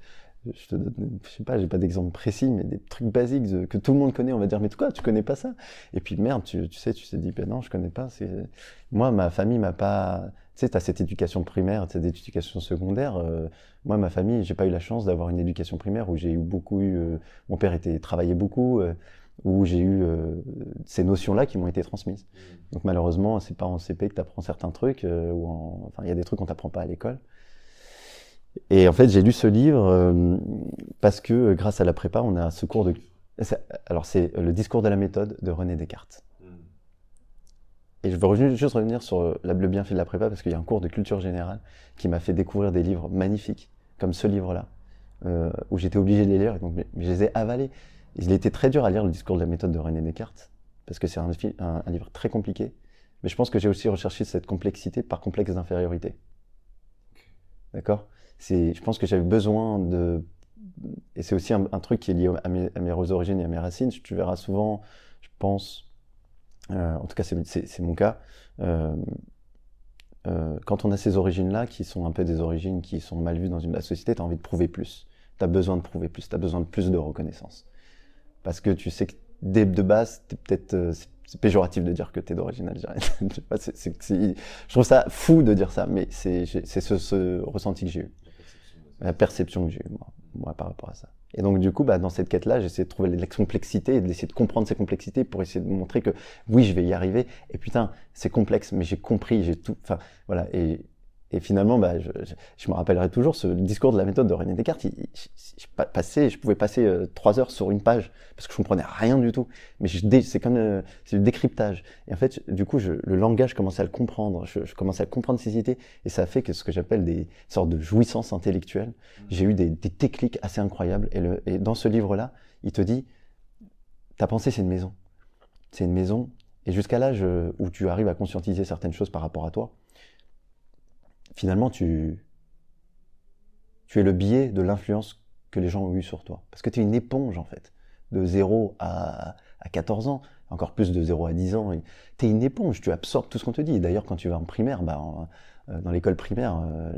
je te donne, je sais pas, j'ai pas d'exemple précis, mais des trucs basiques que tout le monde connaît. On va dire, mais quoi, tu connais pas ça? Et puis merde, tu t'es dit, ben non, je connais pas. Moi, ma famille m'a pas. Tu sais, t'as cette éducation primaire, cette éducation secondaire. Moi, ma famille, j'ai pas eu la chance d'avoir une éducation primaire où j'ai eu beaucoup mon père travaillait beaucoup, où j'ai eu ces notions-là qui m'ont été transmises. Donc malheureusement, c'est pas en CP que t'apprends certains trucs, enfin, il y a des trucs qu'on t'apprend pas à l'école. Et en fait, j'ai lu ce livre parce que grâce à la prépa, on a ce cours de... Alors, c'est le discours de la méthode de René Descartes. Et je veux juste revenir sur le bienfait de la prépa parce qu'il y a un cours de culture générale qui m'a fait découvrir des livres magnifiques, comme ce livre-là, où j'étais obligé de les lire, et donc je les ai avalés. Et il était très dur à lire, le discours de la méthode de René Descartes, parce que c'est un livre très compliqué. Mais je pense que j'ai aussi recherché cette complexité par complexe d'infériorité. D'accord ? Je pense que j'avais besoin de... Et c'est aussi un truc qui est lié à mes origines et à mes racines. Tu verras souvent, je pense, en tout cas c'est mon cas, quand on a ces origines-là, qui sont un peu des origines qui sont mal vues dans la société, tu as envie de prouver plus. Tu as besoin de prouver plus, tu as besoin de plus de reconnaissance. Parce que tu sais que de base, c'est péjoratif de dire que tu es d'origine algérienne. Je trouve ça fou de dire ça, mais c'est ce ressenti que j'ai eu. La perception que j'ai eue, moi, par rapport à ça. Et donc, du coup, dans cette quête-là, j'essaie de trouver la complexité et d'essayer de comprendre ces complexités pour essayer de montrer que, oui, je vais y arriver. Et putain, c'est complexe, mais j'ai compris, j'ai tout, enfin, voilà. Et finalement, je me rappellerai toujours ce discours de la méthode de René Descartes. Je pouvais passer 3 heures sur une page parce que je comprenais rien du tout. Mais c'est comme c'est du décryptage. Et en fait, du coup, le langage, je commençais à le comprendre. Je commençais à comprendre ces idées, et ça a fait que ce que j'appelle des sortes de jouissances intellectuelles. J'ai eu des déclics assez incroyables. Et dans ce livre-là, il te dit, ta pensée, c'est une maison. C'est une maison. Et jusqu'à l'âge où tu arrives à conscientiser certaines choses par rapport à toi, finalement, tu es le biais de l'influence que les gens ont eue sur toi. Parce que tu es une éponge, en fait. De 0 à 14 ans, encore plus de 0 à 10 ans. Tu es une éponge, tu absorbes tout ce qu'on te dit. Et d'ailleurs, quand tu vas en primaire, dans l'école primaire,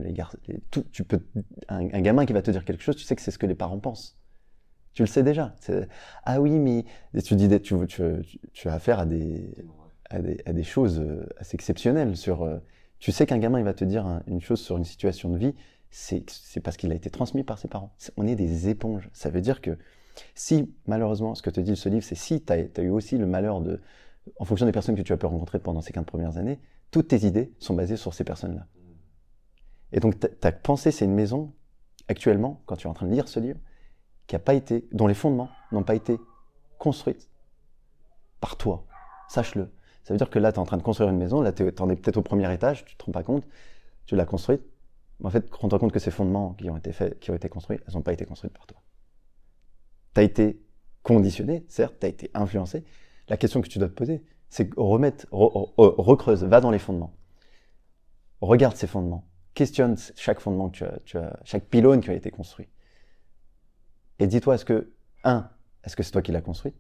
un gamin qui va te dire quelque chose, tu sais que c'est ce que les parents pensent. Tu le sais déjà. Ah oui, mais tu as affaire à des choses assez exceptionnelles tu sais qu'un gamin il va te dire une chose sur une situation de vie, c'est parce qu'il a été transmis par ses parents. On est des éponges. Ça veut dire que si, malheureusement, ce que te dit ce livre, c'est si tu as eu aussi le malheur en fonction des personnes que tu as pu rencontrer pendant ces 15 premières années, toutes tes idées sont basées sur ces personnes-là. Et donc ta pensée, c'est une maison, actuellement, quand tu es en train de lire ce livre, dont les fondements n'ont pas été construits par toi. Sache-le. Ça veut dire que là, tu es en train de construire une maison, là, tu en es peut-être au premier étage, tu te rends pas compte, tu l'as construite. En fait, rends-toi compte que ces fondements qui ont été construits, elles n'ont pas été construites par toi. Tu as été conditionné, certes, tu as été influencé. La question que tu dois te poser, c'est recreuse, va dans les fondements. Regarde ces fondements. Questionne chaque fondement que chaque pylône qui a été construit. Et dis-toi, est-ce que c'est toi qui l'as construit?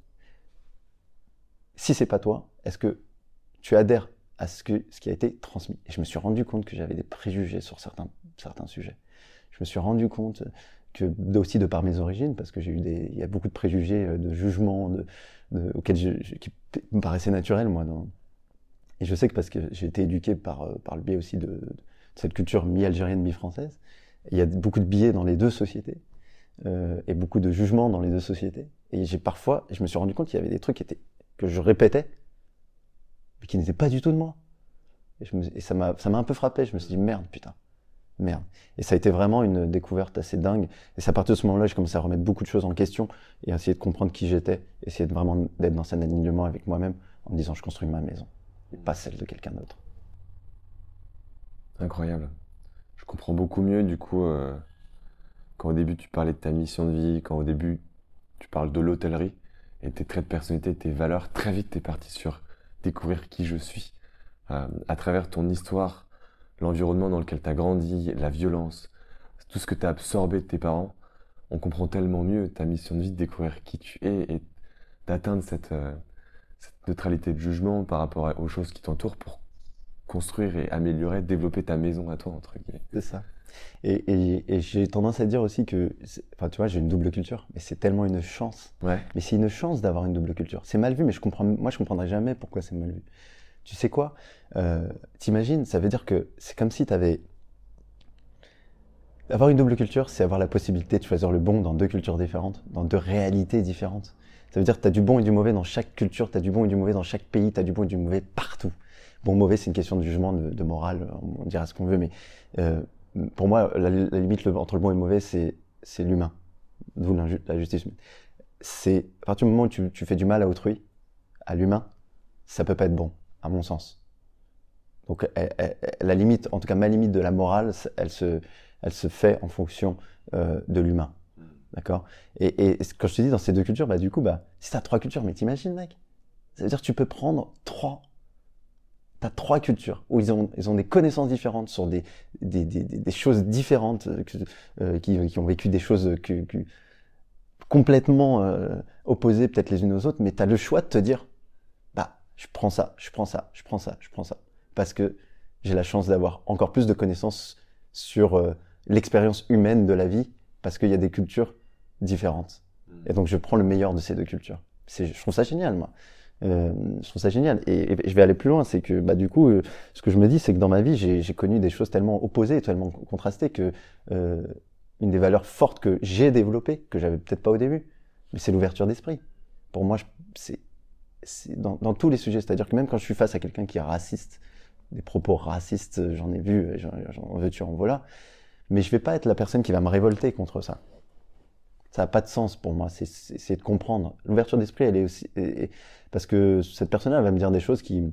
Si c'est pas toi, est-ce que tu adhères à ce qui a été transmis? Et je me suis rendu compte que j'avais des préjugés sur certains sujets. Je me suis rendu compte que, aussi de par mes origines, parce que il y a beaucoup de préjugés, de jugements, auxquels qui me paraissaient naturels, moi. Et je sais que parce que j'ai été éduqué par le biais aussi de cette culture mi-algérienne, mi-française, il y a beaucoup de biais dans les deux sociétés, et beaucoup de jugements dans les deux sociétés. Et je me suis rendu compte qu'il y avait des trucs que je répétais, mais qui n'étaient pas du tout de moi. Et ça m'a un peu frappé. Je me suis dit, merde. Et ça a été vraiment une découverte assez dingue. Et c'est à partir de ce moment-là, j'ai commencé à remettre beaucoup de choses en question et à essayer de comprendre qui j'étais, essayer d'être dans un alignement avec moi-même en me disant, je construis ma maison, et pas celle de quelqu'un d'autre. Incroyable. Je comprends beaucoup mieux, du coup, quand au début tu parlais de ta mission de vie, quand au début tu parles de l'hôtellerie et tes traits de personnalité, tes valeurs, très vite t'es parti sur découvrir qui je suis. À travers ton histoire, l'environnement dans lequel tu as grandi, la violence, tout ce que tu as absorbé de tes parents, on comprend tellement mieux ta mission de vie de découvrir qui tu es et d'atteindre cette neutralité de jugement par rapport aux choses qui t'entourent pour construire et améliorer, développer ta maison à toi, entre guillemets. C'est ça. Et j'ai tendance à dire aussi que, enfin, tu vois, j'ai une double culture, mais c'est tellement une chance. Ouais. Mais c'est une chance d'avoir une double culture. C'est mal vu, mais moi, je comprendrais jamais pourquoi c'est mal vu. Tu sais quoi? T'imagines, ça veut dire que c'est comme si t'avais... Avoir une double culture, c'est avoir la possibilité de choisir le bon dans deux cultures différentes, dans deux réalités différentes. Ça veut dire que tu as du bon et du mauvais dans chaque culture, tu as du bon et du mauvais dans chaque pays, tu as du bon et du mauvais partout. Bon, mauvais, c'est une question de jugement, de morale, on dira ce qu'on veut, mais pour moi, la limite entre le bon et le mauvais, c'est l'humain, d'où la justice humaine. C'est à partir du moment où tu fais du mal à autrui, à l'humain, ça peut pas être bon, à mon sens. Donc la limite, en tout cas ma limite de la morale, elle se fait en fonction de l'humain. D'accord? Et quand je te dis dans ces deux cultures, bah du coup, bah, si t'as trois cultures, mais t'imagines, mec? Ça veut dire que tu peux prendre t'as trois cultures où ils ont des connaissances différentes sur des choses différentes, qui ont vécu des choses complètement opposées peut-être les unes aux autres, mais t'as le choix de te dire, bah, je prends ça, je prends ça, je prends ça, je prends ça. Parce que j'ai la chance d'avoir encore plus de connaissances sur l'expérience humaine de la vie, parce qu'il y a des cultures différentes. Et donc je prends le meilleur de ces deux cultures. Je trouve ça génial, moi. Je trouve ça génial. Et je vais aller plus loin, c'est que bah, du coup, ce que je me dis, c'est que dans ma vie, j'ai connu des choses tellement opposées, tellement contrastées, que une des valeurs fortes que j'ai développées, que j'avais peut-être pas au début, mais c'est l'ouverture d'esprit. Pour moi, c'est dans tous les sujets. C'est-à-dire que même quand je suis face à quelqu'un qui est raciste, des propos racistes, j'en ai vu, j'en veux-tu, en voilà. Mais je vais pas être la personne qui va me révolter contre ça. Ça n'a pas de sens pour moi, c'est de comprendre. L'ouverture d'esprit, elle est aussi... parce que cette personne-là va me dire des choses qui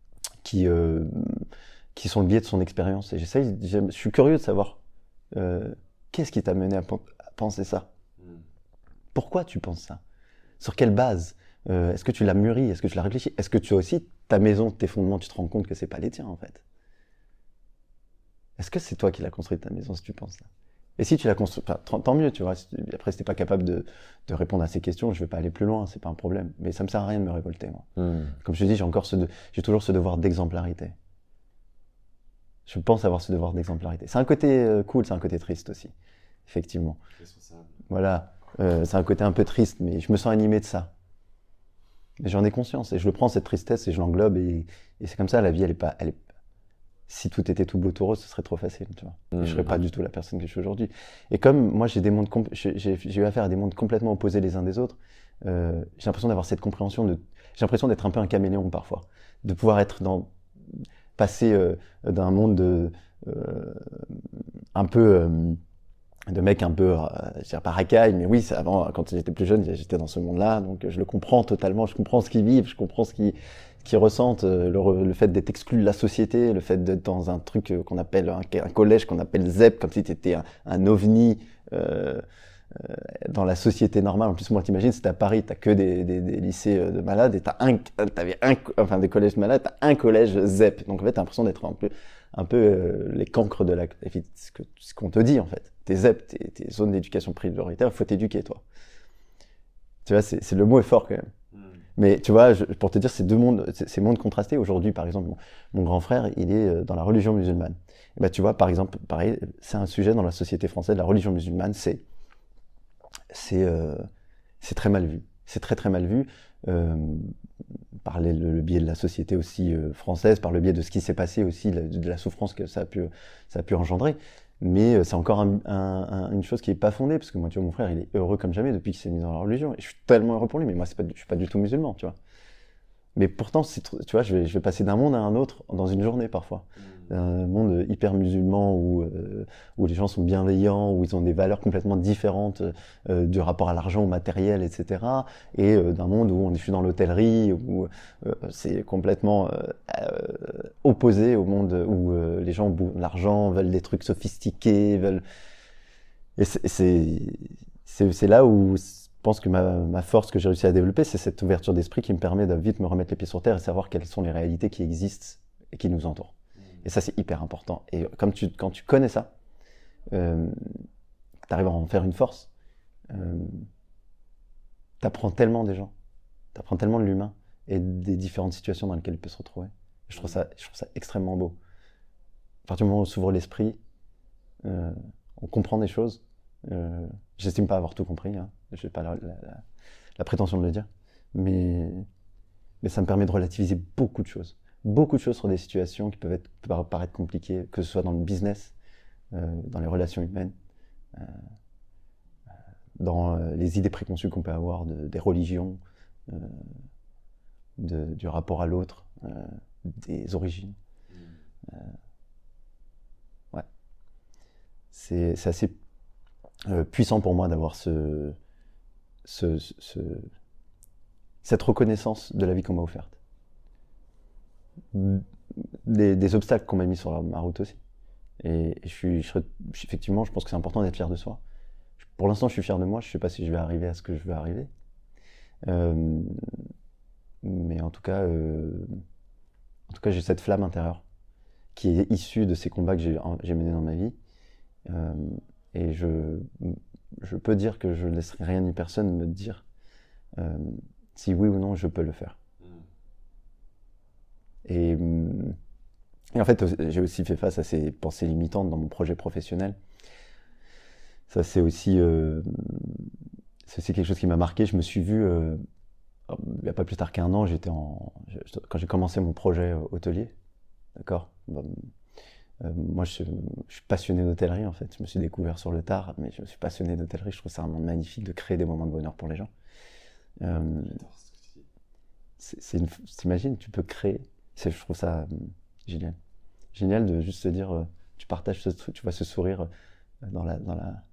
sont le biais de son expérience. Et je suis curieux de savoir qu'est-ce qui t'a mené à penser ça. Pourquoi tu penses ça? Sur quelle base? Est-ce que tu l'as mûri? Est-ce que tu l'as réfléchi? Est-ce que tu as aussi ta maison, tes fondements, tu te rends compte que c'est pas les tiens en fait? Est-ce que c'est toi qui l'as construite ta maison si tu penses ça? Et si tu l'as construit, tant mieux, tu vois. Après, si t'es pas capable de répondre à ces questions, je vais pas aller plus loin, c'est pas un problème. Mais ça me sert à rien de me révolter, moi. Comme je te dis, j'ai toujours ce devoir d'exemplarité. Je pense avoir ce devoir d'exemplarité. C'est un côté cool, c'est un côté triste aussi, effectivement. Voilà, c'est un côté un peu triste, mais je me sens animé de ça. Mais j'en ai conscience et je le prends cette tristesse et je l'englobe et c'est comme ça. La vie, si tout était tout beau tout rose, ce serait trop facile, tu vois. Et je serais pas du tout la personne que je suis aujourd'hui. Et comme moi, j'ai eu affaire à des mondes complètement opposés les uns des autres, j'ai l'impression d'avoir cette compréhension j'ai l'impression d'être un peu un caméléon parfois, de pouvoir passer d'un monde un peu de mecs un peu, je dirais pas racaille, mais oui, avant, quand j'étais plus jeune, j'étais dans ce monde-là, donc je le comprends totalement, je comprends ce qu'ils vivent, je comprends ce qu'ils ressentent, le fait d'être exclu de la société, le fait d'être dans un truc qu'on appelle un collège qu'on appelle ZEP, comme si t'étais un ovni dans la société normale. En plus, moi, t'imagines, c'était à Paris, t'as que des lycées de malades, et enfin des collèges de malades, t'as un collège ZEP. Donc en fait, t'as l'impression d'être un peu les cancres de ce qu'on te dit en fait. Tes ZEP, tes zones d'éducation prioritaire, il faut t'éduquer, toi. Tu vois, le mot est fort quand même. Mais tu vois, pour te dire, ces mondes contrastés. Aujourd'hui, par exemple, mon grand frère, il est dans la religion musulmane. Et bah, tu vois, par exemple, pareil, c'est un sujet dans la société française, la religion musulmane, c'est très mal vu. C'est très très mal vu par le biais de la société aussi française, par le biais de ce qui s'est passé aussi, de la souffrance que ça a pu engendrer. Mais c'est encore une chose qui est pas fondée, parce que moi, tu vois, mon frère, il est heureux comme jamais depuis qu'il s'est mis dans la religion. Et je suis tellement heureux pour lui, mais moi, je suis pas du tout musulman, tu vois. Mais pourtant, tu vois, je vais passer d'un monde à un autre dans une journée parfois. Un monde hyper musulman où les gens sont bienveillants, où ils ont des valeurs complètement différentes du rapport à l'argent, au matériel, etc. Et d'un monde où je suis dans l'hôtellerie, où c'est complètement opposé au monde où les gens ont l'argent, veulent des trucs sophistiqués, Et c'est là où je pense que ma force que j'ai réussi à développer, c'est cette ouverture d'esprit qui me permet de vite me remettre les pieds sur terre et savoir quelles sont les réalités qui existent et qui nous entourent. Et ça, c'est hyper important. Et quand tu connais ça, tu arrives à en faire une force, tu apprends tellement des gens, tu apprends tellement de l'humain et des différentes situations dans lesquelles il peut se retrouver. Je trouve ça extrêmement beau. À partir du moment où on s'ouvre l'esprit, on comprend des choses. J'estime pas avoir tout compris, hein. J'ai pas la prétention de le dire, mais ça me permet de relativiser beaucoup de choses sur des situations qui peuvent paraître compliquées, que ce soit dans le business, dans les relations humaines, dans les idées préconçues qu'on peut avoir des religions, du rapport à l'autre, des origines. Ouais. C'est assez puissant pour moi d'avoir cette reconnaissance de la vie qu'on m'a offerte. Des obstacles qu'on m'a mis sur ma route aussi. Et effectivement, je pense que c'est important d'être fier de soi. Pour l'instant, je suis fier de moi. Je ne sais pas si je vais arriver à ce que je veux arriver. Mais en tout cas, j'ai cette flamme intérieure qui est issue de ces combats que j'ai menés dans ma vie. Et je peux dire que je ne laisserai rien ni personne me dire si oui ou non je peux le faire. Et en fait, j'ai aussi fait face à ces pensées limitantes dans mon projet professionnel. Ça, c'est aussi quelque chose qui m'a marqué. Je me suis vu, il n'y a pas plus tard qu'1 an, quand j'ai commencé mon projet hôtelier, d'accord. Moi, je suis passionné d'hôtellerie, en fait. Je me suis découvert sur le tard, mais je me suis passionné d'hôtellerie. Je trouve ça un monde magnifique de créer des moments de bonheur pour les gens. T'imagines, tu peux créer. Je trouve ça génial. Génial de juste se dire, tu partages ce truc, tu vois ce sourire dans la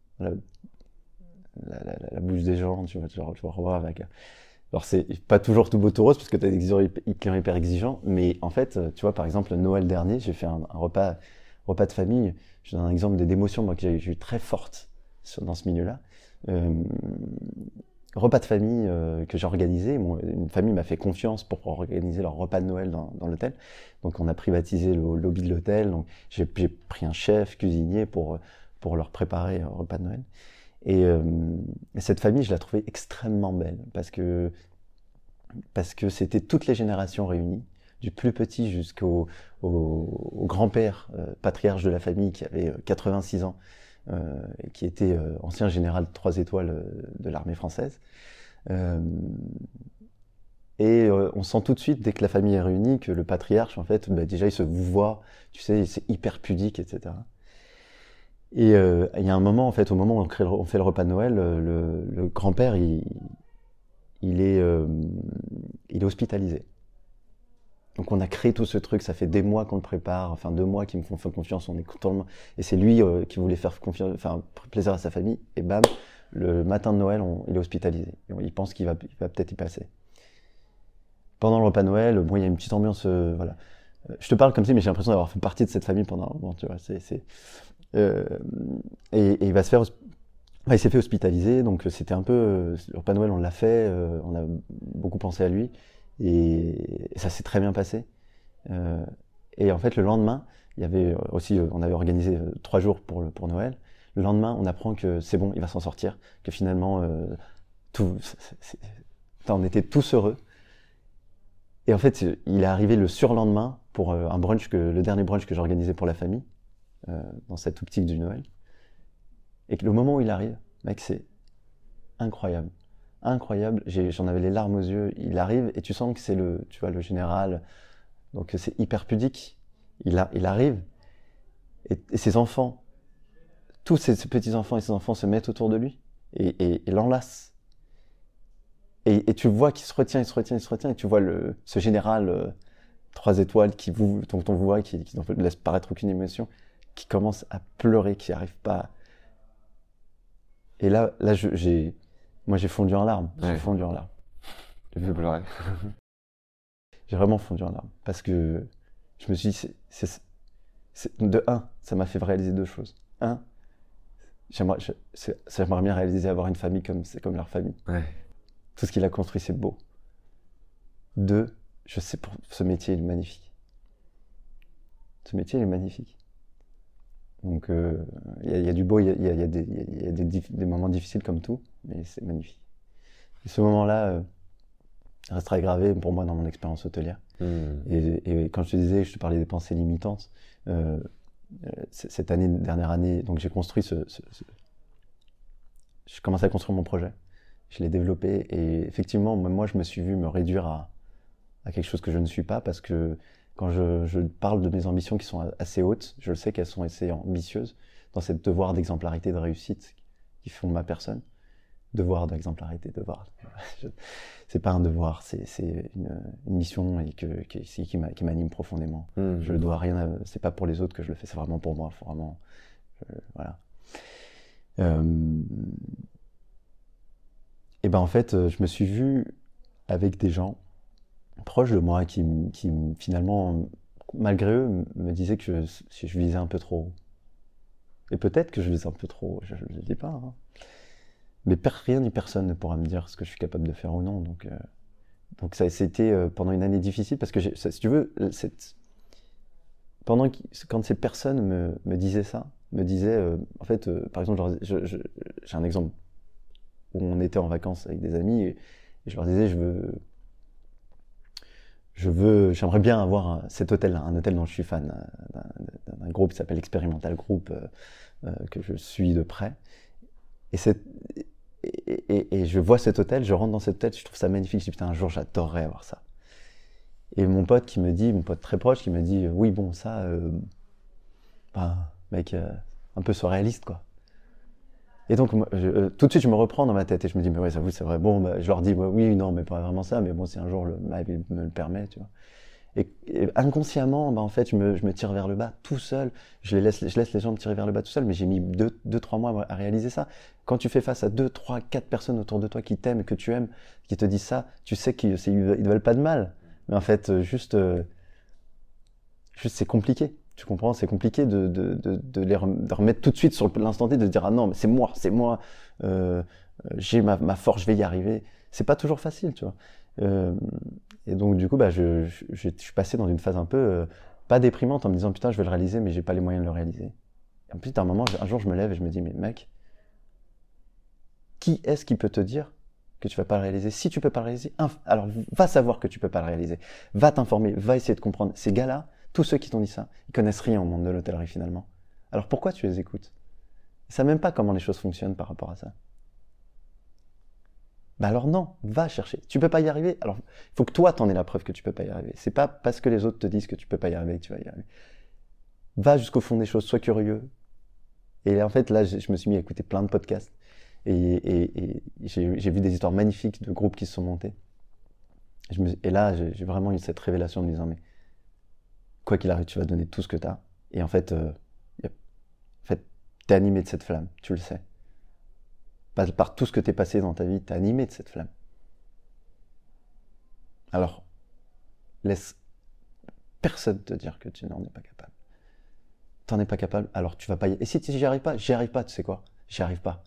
bouche des gens, tu revois avec. Alors, c'est pas toujours tout beau tout rose parce que tu as des clients hyper exigeants, mais en fait, tu vois, par exemple, Noël dernier, j'ai fait un repas de famille. Je donne un exemple d'émotion moi, que j'ai eu très forte dans ce milieu-là. Repas de famille que j'ai organisé. Une famille m'a fait confiance pour organiser leur repas de Noël dans l'hôtel. Donc, on a privatisé le lobby de l'hôtel. Donc, j'ai pris un chef cuisinier pour leur préparer un repas de Noël. Et cette famille, je la trouvais extrêmement belle parce que c'était toutes les générations réunies, du plus petit jusqu'au grand-père, patriarche de la famille qui avait 86 ans, et qui était ancien général de 3 étoiles de l'armée française. On sent tout de suite, dès que la famille est réunie, que le patriarche, en fait, déjà il se vouvoie, tu sais, c'est hyper pudique, etc. Et il y a un moment, en fait, au moment où on fait le repas de Noël, le grand-père, il est hospitalisé. Donc on a créé tout ce truc, ça fait des mois qu'on le prépare, enfin 2 mois qu'ils me font confiance, on est content. Et c'est lui qui voulait faire plaisir à sa famille, et bam, le matin de Noël, il est hospitalisé. Il pense qu'il va peut-être y passer. Pendant le repas de Noël, bon, il y a une petite ambiance, voilà. Je te parle comme ça, mais j'ai l'impression d'avoir fait partie de cette famille pendant un moment, tu vois. Et il va se faire, il s'est fait hospitaliser, donc c'était un peu, le repas de Noël, on l'a fait, on a beaucoup pensé à lui, et ça s'est très bien passé. Et en fait, le lendemain, il y avait aussi, on avait organisé 3 jours pour Noël. Le lendemain, on apprend que c'est bon, il va s'en sortir, que finalement, on était tous heureux. Et en fait, il est arrivé le surlendemain pour un brunch, le dernier brunch que j'ai organisé pour la famille, dans cette optique du Noël. Et que le moment où il arrive, mec, c'est incroyable. Incroyable. J'en avais les larmes aux yeux. Il arrive et tu sens que c'est le général. Donc c'est hyper pudique. Il arrive et ses enfants, tous ces petits-enfants et ses enfants se mettent autour de lui et l'enlacent. Et tu vois qu'il se retient, et tu vois ce général 3 étoiles dont on voit qui ne laisse paraître aucune émotion, qui commence à pleurer, qui n'arrive pas. Et là j'ai fondu en larmes. Ouais. J'ai fondu en larmes. J'ai fait pleurer. J'ai vraiment fondu en larmes parce que je me suis dit, de un, ça m'a fait réaliser 2 choses. Un, j'aimerais bien réaliser avoir une famille comme leur famille. Ouais. Tout ce qu'il a construit, c'est beau. 2, je sais, pour ce métier, il est magnifique. Ce métier, il est magnifique. Donc, il y a du beau, il y a des moments difficiles comme tout, mais c'est magnifique. Et ce moment-là restera gravé pour moi dans mon expérience hôtelière. Et quand je te parlais des pensées limitantes, cette dernière année, donc j'ai construit je commençais à construire mon projet. Je l'ai développé et effectivement, même moi, je me suis vu me réduire à quelque chose que je ne suis pas parce que quand je parle de mes ambitions qui sont assez hautes, je le sais qu'elles sont assez ambitieuses dans cette devoir d'exemplarité, de réussite qui font de ma personne. Devoir d'exemplarité, c'est pas un devoir, c'est une mission et qui m'anime profondément. Je ne dois rien, c'est pas pour les autres que je le fais, c'est vraiment pour moi, faut vraiment, voilà. Et ben en fait, je me suis vu avec des gens proches de moi qui finalement, malgré eux, me disaient que je visais un peu trop haut. Et peut-être que je visais un peu trop haut, je ne le dis pas. Hein. Mais rien ni personne ne pourra me dire ce que je suis capable de faire ou non. Donc ça a été pendant une année difficile parce que, si tu veux, quand ces personnes me disaient ça, me disaient, en fait, par exemple, j'ai un exemple où on était en vacances avec des amis et je leur disais, j'aimerais bien avoir cet hôtel-là, un hôtel dont je suis fan, d'un groupe qui s'appelle Experimental Group, que je suis de près. Et je vois cet hôtel, je rentre dans cet hôtel, je trouve ça magnifique, je dis putain, un jour j'adorerais avoir ça. Et mon pote très proche, qui me dit, oui bon ça, mec, un peu surréaliste quoi. Et donc tout de suite je me reprends dans ma tête et je me dis, mais ouais, ça vous c'est vrai, bon, je leur dis, oui, non, mais pas vraiment ça, mais bon, si un jour ma vie me le permet, tu vois. Et inconsciemment, en fait, je me tire vers le bas tout seul. Je laisse les gens me tirer vers le bas tout seul, mais j'ai mis 2-3 mois à réaliser ça. Quand tu fais face à 2, 3, 4 personnes autour de toi qui t'aiment et que tu aimes, qui te disent ça, tu sais qu'ils ne veulent pas de mal. Mais en fait, juste c'est compliqué. Tu comprends? C'est compliqué de les remettre tout de suite sur l'instant T, de se dire, ah non, mais c'est moi, j'ai ma force, je vais y arriver. C'est pas toujours facile, tu vois. Et donc du coup, je suis passé dans une phase un peu pas déprimante en me disant putain, je vais le réaliser, mais j'ai pas les moyens de le réaliser. Et en plus, un jour, je me lève et je me dis, mais mec, qui est-ce qui peut te dire que tu vas pas le réaliser? Si tu peux pas le réaliser, alors va savoir que tu peux pas le réaliser. Va t'informer, va essayer de comprendre. Ces gars-là, tous ceux qui t'ont dit ça, ils connaissent rien au monde de l'hôtellerie finalement. Alors pourquoi tu les écoutes? Ils savent même pas comment les choses fonctionnent par rapport à ça. Bah alors non, va chercher. Tu peux pas y arriver. Alors, il faut que toi t'en aies la preuve que tu peux pas y arriver. C'est pas parce que les autres te disent que tu peux pas y arriver que tu vas y arriver. Va jusqu'au fond des choses, sois curieux. Et en fait, là, je me suis mis à écouter plein de podcasts. Et j'ai vu des histoires magnifiques de groupes qui se sont montés. Et là, j'ai vraiment eu cette révélation de me disant, mais quoi qu'il arrive, tu vas donner tout ce que t'as. Et en fait, t'es animé de cette flamme, tu le sais. Par tout ce que t'es passé dans ta vie, t'es animé de cette flamme. Alors, laisse personne te dire que tu n'en es pas capable. T'en es pas capable, alors tu vas pas y... Et si j'y arrive pas, tu sais quoi? J'y arrive pas.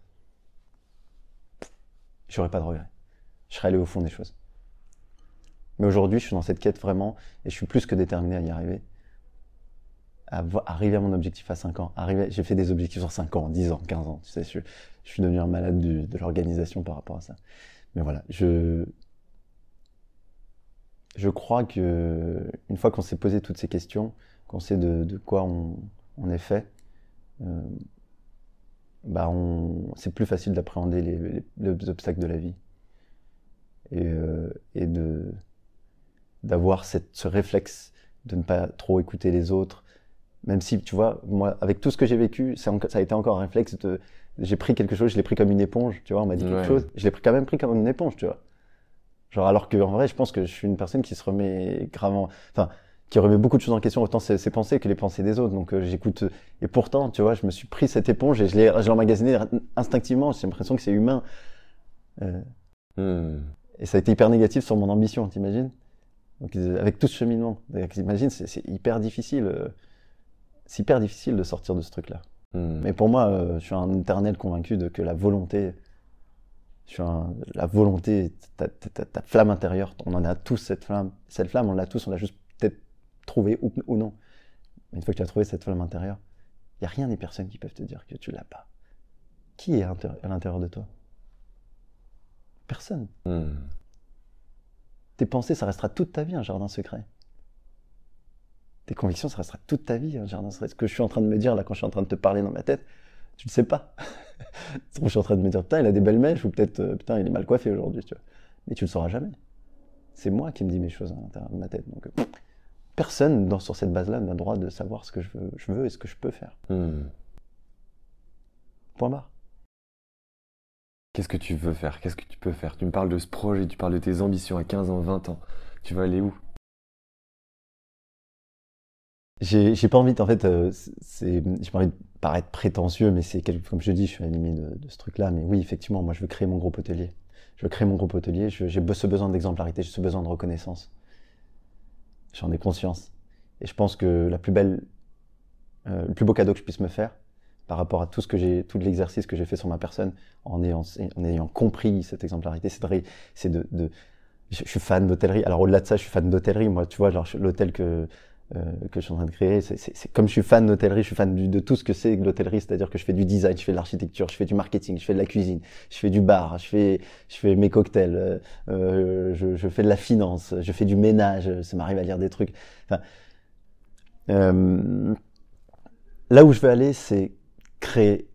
J'aurais pas de regrets. Je serais allé au fond des choses. Mais aujourd'hui, je suis dans cette quête vraiment, et je suis plus que déterminé à y arriver. Arriver à mon objectif à 5 ans. J'ai fait des objectifs sur 5 ans, 10 ans, 15 ans. Tu sais, je suis devenu un malade de l'organisation par rapport à ça. Mais voilà, je crois que une fois qu'on s'est posé toutes ces questions, qu'on sait de quoi on est fait, c'est plus facile d'appréhender les obstacles de la vie. Et d'avoir ce réflexe de ne pas trop écouter les autres. Même si, tu vois, moi, avec tout ce que j'ai vécu, ça a été encore un réflexe j'ai pris quelque chose, je l'ai pris comme une éponge, tu vois, on m'a dit quelque chose, je l'ai quand même pris comme une éponge, tu vois. Genre, alors que, en vrai, je pense que je suis une personne qui se remet gravement, enfin, qui remet beaucoup de choses en question, autant ses pensées que les pensées des autres. Donc, j'écoute, et pourtant, tu vois, je me suis pris cette éponge et je l'ai emmagasinée instinctivement, j'ai l'impression que c'est humain. Et ça a été hyper négatif sur mon ambition, t'imagines? Donc, avec tout ce cheminement, t'imagines, c'est hyper difficile. C'est hyper difficile de sortir de ce truc-là. Mais pour moi, je suis un éternel convaincu que la volonté, ta flamme intérieure, on en a tous cette flamme. Cette flamme, on l'a tous, on l'a juste peut-être trouvée ou non. Mais une fois que tu as trouvé cette flamme intérieure, il n'y a rien ni personne qui peuvent te dire que tu l'as pas. Qui est à l'intérieur de toi? Personne. Tes pensées, ça restera toute ta vie un jardin secret. Tes convictions, ça restera toute ta vie. Hein, genre, ce que je suis en train de me dire là quand je suis en train de te parler dans ma tête, tu le sais pas. Je suis en train de me dire putain, il a des belles mèches ou peut-être putain, il est mal coiffé aujourd'hui, tu vois. Mais tu le sauras jamais. C'est moi qui me dis mes choses à l'intérieur de ma tête. Donc personne sur cette base-là n'a le droit de savoir ce que je veux et ce que je peux faire. Point barre. Qu'est-ce que tu veux faire? Qu'est-ce que tu peux faire? Tu me parles de ce projet, tu parles de tes ambitions à 15 ans, 20 ans. Tu vas aller où? J'ai pas envie, en fait, j'ai pas envie de paraître prétentieux, mais comme je dis, je suis animé de ce truc-là. Mais oui, effectivement, moi, je veux créer mon groupe hôtelier. Je veux créer mon groupe hôtelier. J'ai ce besoin d'exemplarité, j'ai ce besoin de reconnaissance. J'en ai conscience. Et je pense que le plus beau cadeau que je puisse me faire, par rapport à tout l'exercice que j'ai fait sur ma personne, en ayant compris cette exemplarité, je suis fan d'hôtellerie. Alors au-delà de ça, je suis fan d'hôtellerie. Moi, tu vois, genre l'hôtel que je suis en train de créer, c'est comme je suis fan d'hôtellerie, je suis fan de tout ce que c'est l'hôtellerie, c'est-à-dire que je fais du design, je fais de l'architecture, je fais du marketing, je fais de la cuisine, je fais du bar, je fais mes cocktails, je fais de la finance, je fais du ménage, ça m'arrive à lire des trucs. Enfin, là où je veux aller, c'est créer,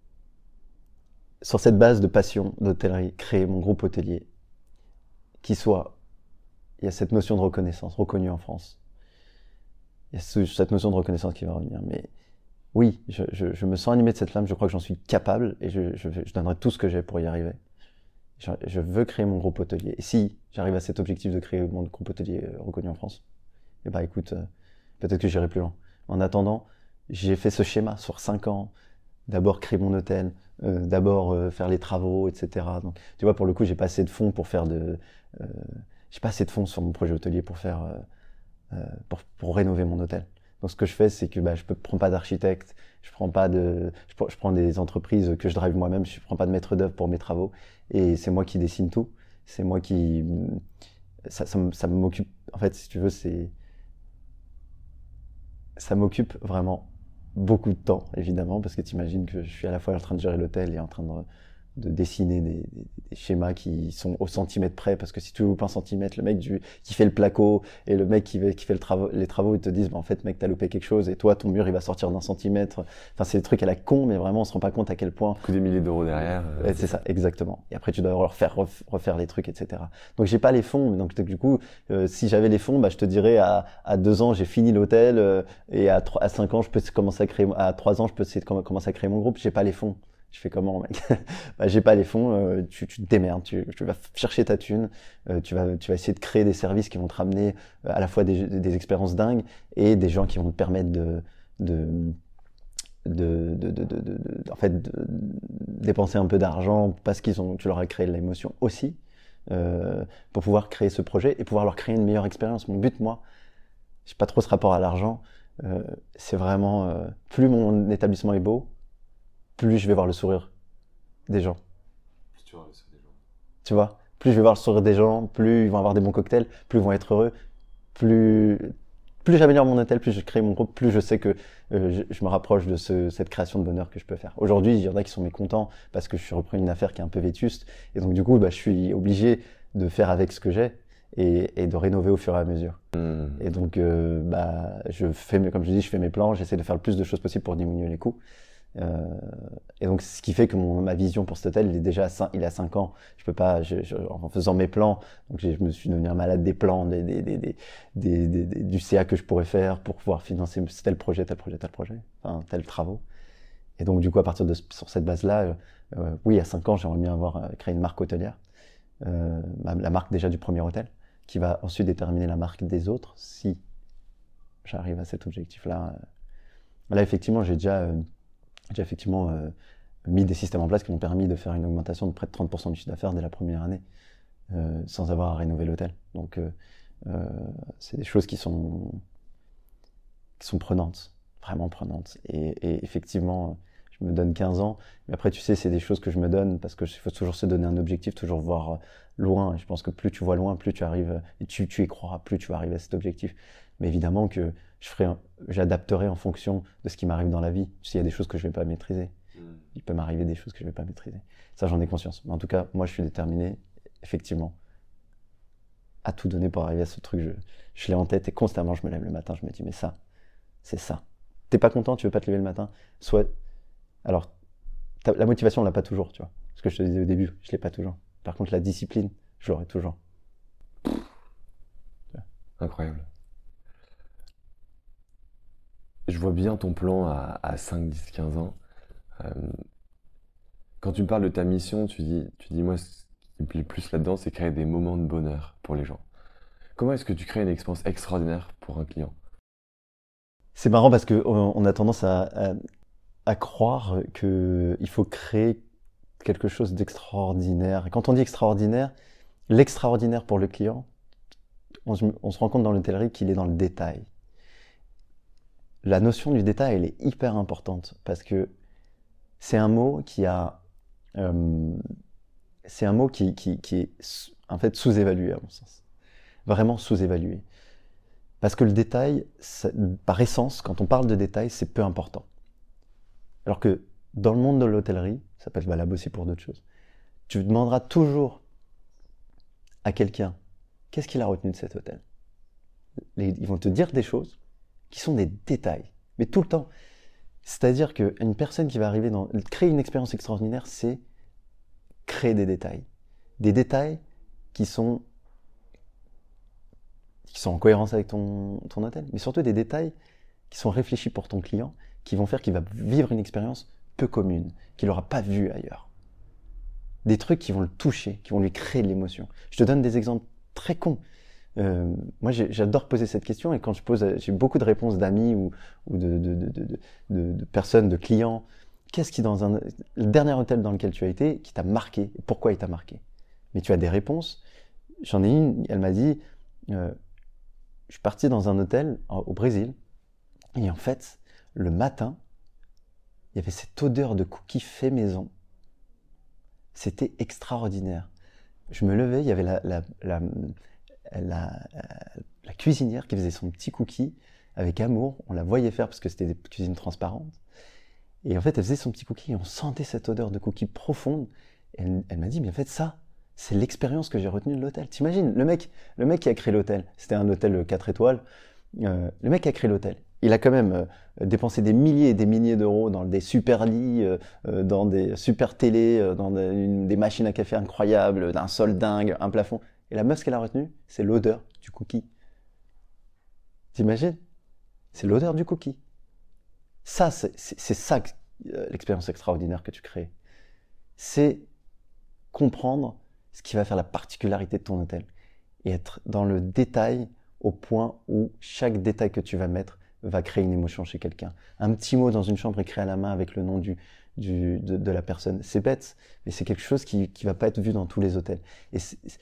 sur cette base de passion d'hôtellerie, créer mon groupe hôtelier il y a cette notion de reconnaissance reconnue en France. Il y a cette notion de reconnaissance qui va revenir. Mais oui, je me sens animé de cette flamme, je crois que j'en suis capable et je donnerai tout ce que j'ai pour y arriver. Je veux créer mon groupe hôtelier. Et si j'arrive à cet objectif de créer mon groupe hôtelier reconnu en France, eh ben écoute, peut-être que j'irai plus loin. En attendant, j'ai fait ce schéma sur 5 ans. D'abord créer mon hôtel, d'abord faire les travaux, etc. Donc, tu vois, pour le coup, j'ai pas assez de fonds pour faire j'ai pas assez de fonds sur mon projet hôtelier pour faire, pour rénover mon hôtel. Donc, ce que je fais, c'est que je prends pas d'architecte, je prends des entreprises que je drive moi-même, je prends pas de maître d'œuvre pour mes travaux, et c'est moi qui dessine tout. C'est moi qui, ça m'occupe. En fait, si tu veux, ça m'occupe vraiment beaucoup de temps, évidemment, parce que tu imagines que je suis à la fois en train de gérer l'hôtel et en train de dessiner des schémas qui sont au centimètre près, parce que si tu loupes un centimètre, le mec qui fait le placo et le mec qui fait les travaux, ils te disent, en fait, mec, t'as loupé quelque chose, et toi, ton mur, il va sortir d'un centimètre. Enfin, c'est des trucs à la con, mais vraiment, on se rend pas compte à quel point. Coût des milliers d'euros derrière. C'est ça, exactement. Et après, tu dois refaire les trucs, etc. Donc, j'ai pas les fonds. Donc, du coup, si j'avais les fonds, je te dirais, à 2 ans, j'ai fini l'hôtel, et à 5 ans, je peux commencer à créer, à 3 ans, je peux commencer à créer mon groupe. J'ai pas les fonds. Je fais comment, mec? J'ai pas les fonds, tu te démerdes, tu vas chercher ta thune, tu vas essayer de créer des services qui vont te ramener à la fois des expériences dingues et des gens qui vont te permettre en fait, de dépenser un peu d'argent parce tu leur as créé de l'émotion aussi, pour pouvoir créer ce projet et pouvoir leur créer une meilleure expérience. Mon but, moi, j'ai pas trop ce rapport à l'argent, c'est vraiment, plus mon établissement est beau, plus je vais voir le sourire des gens. Tu vois, plus je vais voir le sourire des gens, plus ils vont avoir des bons cocktails, plus ils vont être heureux, plus j'améliore mon hôtel, plus je crée mon groupe, plus je sais que je me rapproche de cette création de bonheur que je peux faire. Aujourd'hui, il y en a qui sont mécontents parce que je suis repris une affaire qui est un peu vétuste, et donc du coup, je suis obligé de faire avec ce que j'ai et de rénover au fur et à mesure. Et donc, comme je dis, je fais mes plans, j'essaie de faire le plus de choses possible pour diminuer les coûts. Et donc, ce qui fait que ma vision pour cet hôtel, il est à 5 ans. Je peux pas, en faisant mes plans, donc je me suis devenu un malade des plans, du CA que je pourrais faire pour pouvoir financer tel projet, enfin, tel travaux. Et donc, du coup, sur cette base-là, oui, à 5 ans, j'aimerais bien avoir créé une marque hôtelière. La marque déjà du premier hôtel, qui va ensuite déterminer la marque des autres, si j'arrive à cet objectif-là. Là, effectivement, j'ai déjà effectivement mis des systèmes en place qui m'ont permis de faire une augmentation de près de 30% du chiffre d'affaires dès la première année, sans avoir à rénover l'hôtel. Donc, c'est des choses qui sont prenantes, vraiment prenantes. Et effectivement, je me donne 15 ans, mais après, tu sais, c'est des choses que je me donne parce qu'il faut toujours se donner un objectif, toujours voir loin. Et je pense que plus tu vois loin, plus tu arrives, et tu y crois, plus tu vas arriver à cet objectif. Mais évidemment que j'adapterai en fonction de ce qui m'arrive dans la vie. S'il y a des choses que je ne vais pas maîtriser, il peut m'arriver des choses que je ne vais pas maîtriser. Ça, j'en ai conscience. Mais en tout cas, moi, je suis déterminé, effectivement, à tout donner pour arriver à ce truc. Je l'ai en tête et constamment, je me lève le matin, je me dis, mais ça, c'est ça. T'es pas content, tu veux pas te lever le matin, soit... Alors, la motivation, on l'a pas toujours, tu vois. Ce que je te disais au début, je l'ai pas toujours. Par contre, la discipline, je l'aurai toujours. Incroyable. Je vois bien ton plan à 5, 10, 15 ans. Euh, Quand tu me parles de ta mission, tu dis moi, ce qui me plaît le plus là-dedans, c'est créer des moments de bonheur pour les gens. Comment est-ce que tu crées une expérience extraordinaire pour un client? C'est marrant parce que on a tendance à croire qu'il faut créer quelque chose d'extraordinaire. Et quand on dit extraordinaire, l'extraordinaire pour le client, on se rend compte dans l'hôtellerie qu'il est dans le détail. La notion du détail, elle est hyper importante parce que c'est un mot qui est en fait sous-évalué à mon sens. Vraiment sous-évalué. Parce que le détail, par essence, quand on parle de détail, c'est peu important. Alors que dans le monde de l'hôtellerie, ça peut être valable aussi pour d'autres choses, tu demanderas toujours à quelqu'un qu'est-ce qu'il a retenu de cet hôtel. Ils vont te dire des choses qui sont des détails, mais tout le temps. C'est-à-dire qu'une personne qui va arriver créer une expérience extraordinaire, c'est créer des détails. Des détails qui sont en cohérence avec ton hôtel, mais surtout des détails qui sont réfléchis pour ton client, qui vont faire qu'il va vivre une expérience peu commune, qu'il n'aura pas vue ailleurs. Des trucs qui vont le toucher, qui vont lui créer de l'émotion. Je te donne des exemples très cons. Moi, j'adore poser cette question et quand j'ai beaucoup de réponses d'amis ou de personnes, de clients. Qu'est-ce qui, le dernier hôtel dans lequel tu as été, qui t'a marqué? Et pourquoi il t'a marqué? Mais tu as des réponses. J'en ai une, elle m'a dit, je suis parti dans un hôtel au Brésil et en fait, le matin, il y avait cette odeur de cookies fait maison. C'était extraordinaire. Je me levais, il y avait la cuisinière qui faisait son petit cookie avec amour. On la voyait faire parce que c'était des cuisines transparentes. Et en fait, elle faisait son petit cookie et on sentait cette odeur de cookie profonde. Et elle m'a dit, mais en fait, ça, c'est l'expérience que j'ai retenue de l'hôtel. T'imagines, le mec qui a créé l'hôtel, c'était un hôtel 4 étoiles, le mec qui a créé l'hôtel, il a quand même dépensé des milliers et des milliers d'euros dans des super lits, dans des super télés, dans des machines à café incroyables, un sol dingue, un plafond. Et la meuf, ce qu'elle a retenu, c'est l'odeur du cookie. T'imagines? C'est l'odeur du cookie. Ça, c'est ça l'expérience extraordinaire que tu crées. C'est comprendre ce qui va faire la particularité de ton hôtel et être dans le détail au point où chaque détail que tu vas mettre va créer une émotion chez quelqu'un. Un petit mot dans une chambre écrit à la main avec le nom de la personne. C'est bête, mais c'est quelque chose qui va pas être vu dans tous les hôtels. Et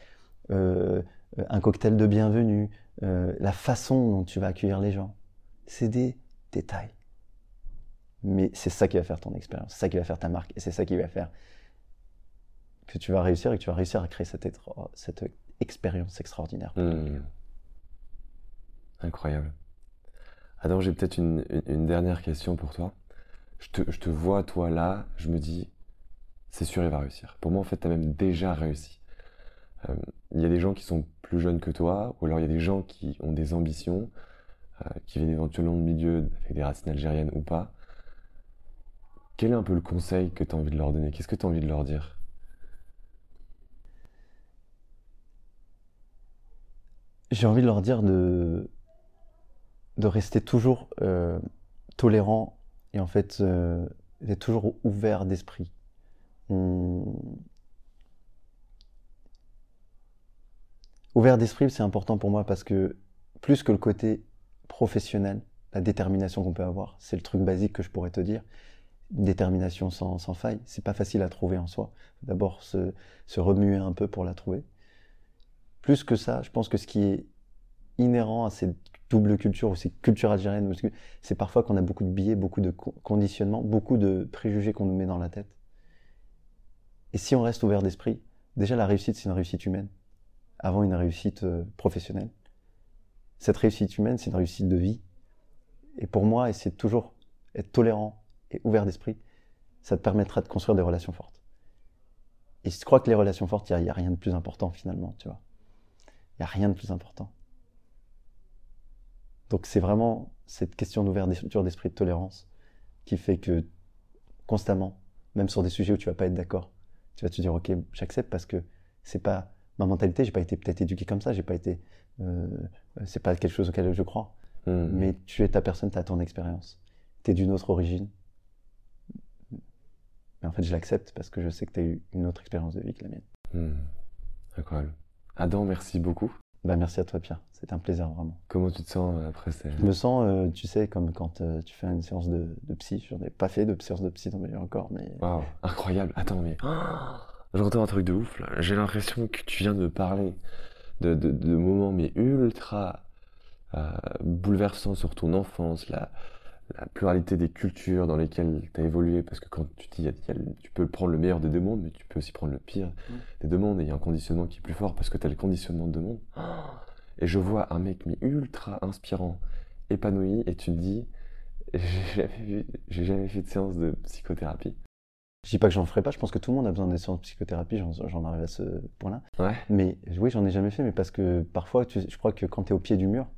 un cocktail de bienvenue, la façon dont tu vas accueillir les gens, c'est des détails. Mais c'est ça qui va faire ton expérience, c'est ça qui va faire ta marque, et c'est ça qui va faire que tu vas réussir et que tu vas réussir à créer cette expérience extraordinaire. Incroyable. Adam, j'ai peut-être une dernière question pour toi. Je te vois, toi, là, je me dis, c'est sûr, il va réussir. Pour moi, en fait, tu as même déjà réussi. Il y a des gens qui sont plus jeunes que toi, ou alors il y a des gens qui ont des ambitions, qui viennent éventuellement de milieux avec des racines algériennes ou pas. Quel est un peu le conseil que tu as envie de leur donner? Qu'est-ce que tu as envie de leur dire? J'ai envie de leur dire de rester toujours tolérant et en fait d'être toujours ouvert d'esprit. Ouvert d'esprit, c'est important pour moi parce que plus que le côté professionnel, la détermination qu'on peut avoir, c'est le truc basique que je pourrais te dire. Une détermination sans faille, c'est pas facile à trouver en soi. D'abord se remuer un peu pour la trouver. Plus que ça, je pense que ce qui est inhérent à cette double culture ou ces cultures algériennes, c'est parfois qu'on a beaucoup de biais, beaucoup de conditionnements, beaucoup de préjugés qu'on nous met dans la tête. Et si on reste ouvert d'esprit, déjà la réussite, c'est une réussite humaine, avant une réussite professionnelle. Cette réussite humaine, c'est une réussite de vie. Et pour moi, essayer de toujours être tolérant et ouvert d'esprit, ça te permettra de construire des relations fortes. Et je crois que les relations fortes, il n'y a rien de plus important finalement, tu vois. Il n'y a rien de plus important. Donc c'est vraiment cette question d'ouverture d'esprit de tolérance qui fait que constamment, même sur des sujets où tu vas pas être d'accord, tu vas te dire ok, j'accepte parce que c'est pas ma mentalité, j'ai pas été peut-être éduqué comme ça, j'ai pas été, c'est pas quelque chose auquel je crois. Mais tu es ta personne, tu as ton expérience, tu es d'une autre origine. Mais en fait, je l'accepte parce que je sais que tu as eu une autre expérience de vie que la mienne. Incroyable. Adam, merci beaucoup. Bah, merci à toi, Pierre. C'était un plaisir, vraiment. Comment tu te sens après ça? Je me sens, tu sais, comme quand tu fais une séance de psy. J'en ai pas fait de séance de psy dans ma vie encore, mais... Waouh, incroyable. Attends, mais... j'entends un truc de ouf, là. J'ai l'impression que tu viens de parler de moments, mais ultra bouleversants sur ton enfance, la pluralité des cultures dans lesquelles tu as évolué, parce que quand tu dis, tu peux prendre le meilleur des deux mondes, mais tu peux aussi prendre le pire des deux mondes, et il y a un conditionnement qui est plus fort parce que tu as le conditionnement de deux mondes. Et je vois un mec mais ultra inspirant, épanoui, et tu te dis, j'ai jamais fait de séance de psychothérapie. Je dis pas que j'en ferai pas, je pense que tout le monde a besoin des séances de psychothérapie, j'en arrive à ce point-là. Ouais. Mais oui, j'en ai jamais fait, mais parce que parfois, je crois que quand tu es au pied du mur,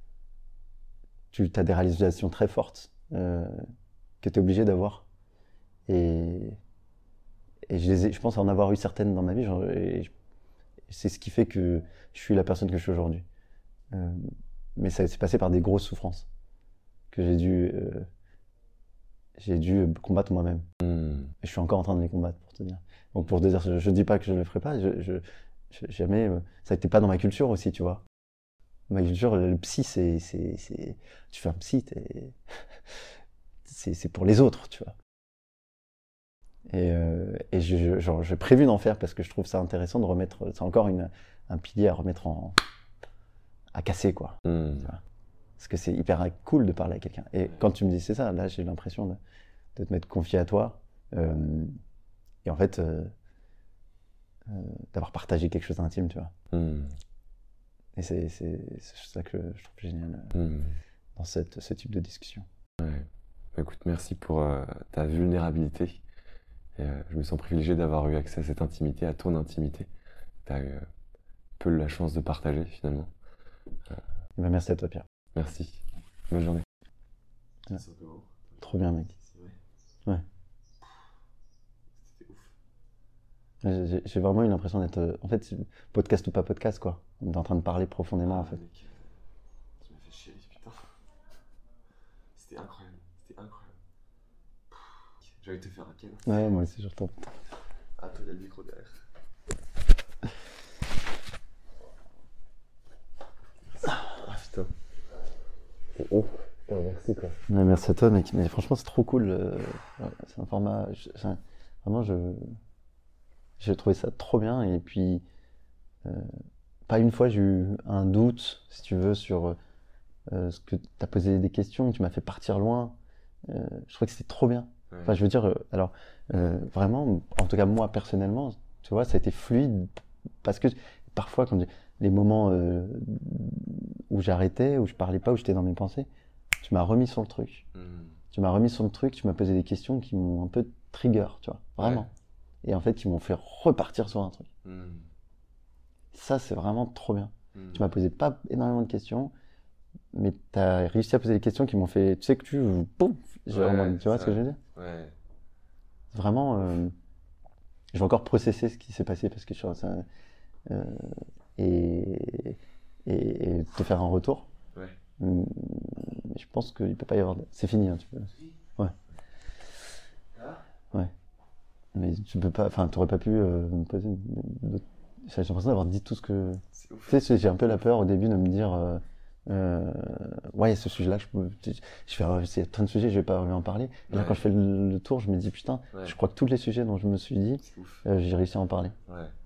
tu as des réalisations très fortes que tu es obligé d'avoir. Et je pense en avoir eu certaines dans ma vie, et c'est ce qui fait que je suis la personne que je suis aujourd'hui. Mais ça s'est passé par des grosses souffrances que j'ai dû combattre moi-même. Et je suis encore en train de les combattre, pour te dire. Donc pour te dire, je dis pas que je le ferai pas, jamais, ça n'était pas dans ma culture aussi, tu vois. Ma culture, le psy, tu fais un psy, c'est pour les autres, tu vois. Et j'ai prévu d'en faire parce que je trouve ça intéressant de remettre, c'est encore un pilier à remettre à casser, quoi. Tu vois. Parce que c'est hyper cool de parler à quelqu'un. Et quand tu me dis c'est ça, là j'ai l'impression de te mettre confié à toi. Et en fait, d'avoir partagé quelque chose d'intime, tu vois. Et c'est ça que je trouve génial dans ce type de discussion. Ouais. Écoute, merci pour ta vulnérabilité. Et, je me sens privilégié d'avoir eu accès à cette intimité, à ton intimité. Tu as eu peu la chance de partager finalement. Ben, merci à toi, Pierre. Merci. Bonne journée. Ouais. Trop bien, mec. Ouais. J'ai vraiment eu l'impression d'être... En fait, podcast ou pas podcast, quoi. On est en train de parler profondément, en fait. Mec, tu m'as fait chier, putain. C'était incroyable. J'ai envie de te faire un câlin. Ouais, moi aussi, je retourne. Ah, toi, il y a le micro derrière. Ah, putain. C'est ouf. Merci, quoi. Ouais, merci à toi, mec. Mais franchement, c'est trop cool. C'est un format... Vraiment, j'ai trouvé ça trop bien. Et puis, pas une fois, j'ai eu un doute, si tu veux, sur ce que tu as posé des questions. Tu m'as fait partir loin. Je trouvais que c'était trop bien. Ouais. Enfin, je veux dire, vraiment, en tout cas, moi, personnellement, tu vois, ça a été fluide. Parce que parfois, comme les moments où j'arrêtais, où je parlais pas, où j'étais dans mes pensées, tu m'as remis sur le truc. Tu m'as remis sur le truc, tu m'as posé des questions qui m'ont un peu trigger, tu vois, vraiment. Ouais. Et en fait, qui m'ont fait repartir sur un truc. Ça, c'est vraiment trop bien. Tu m'as posé pas énormément de questions, mais tu as réussi à poser des questions qui m'ont fait, tu sais que pouf, tu vois ce que je veux dire? Ouais. Vraiment, je vais encore processer ce qui s'est passé parce que je suis ça, et te faire un retour. Ouais. Je pense qu'il peut pas y avoir. C'est fini, hein, tu peux. Ouais. Ouais. Mais tu peux pas. Enfin, t'aurais pas pu me poser. J'ai l'impression d'avoir dit tout ce que. Tu sais, j'ai un peu la peur au début de me dire. Ouais, ce sujet-là, c'est plein de sujets, je vais pas en parler. Et là, quand je fais le tour, je me dis putain, je crois que tous les sujets dont je me suis dit, j'ai réussi à en parler. Ouais.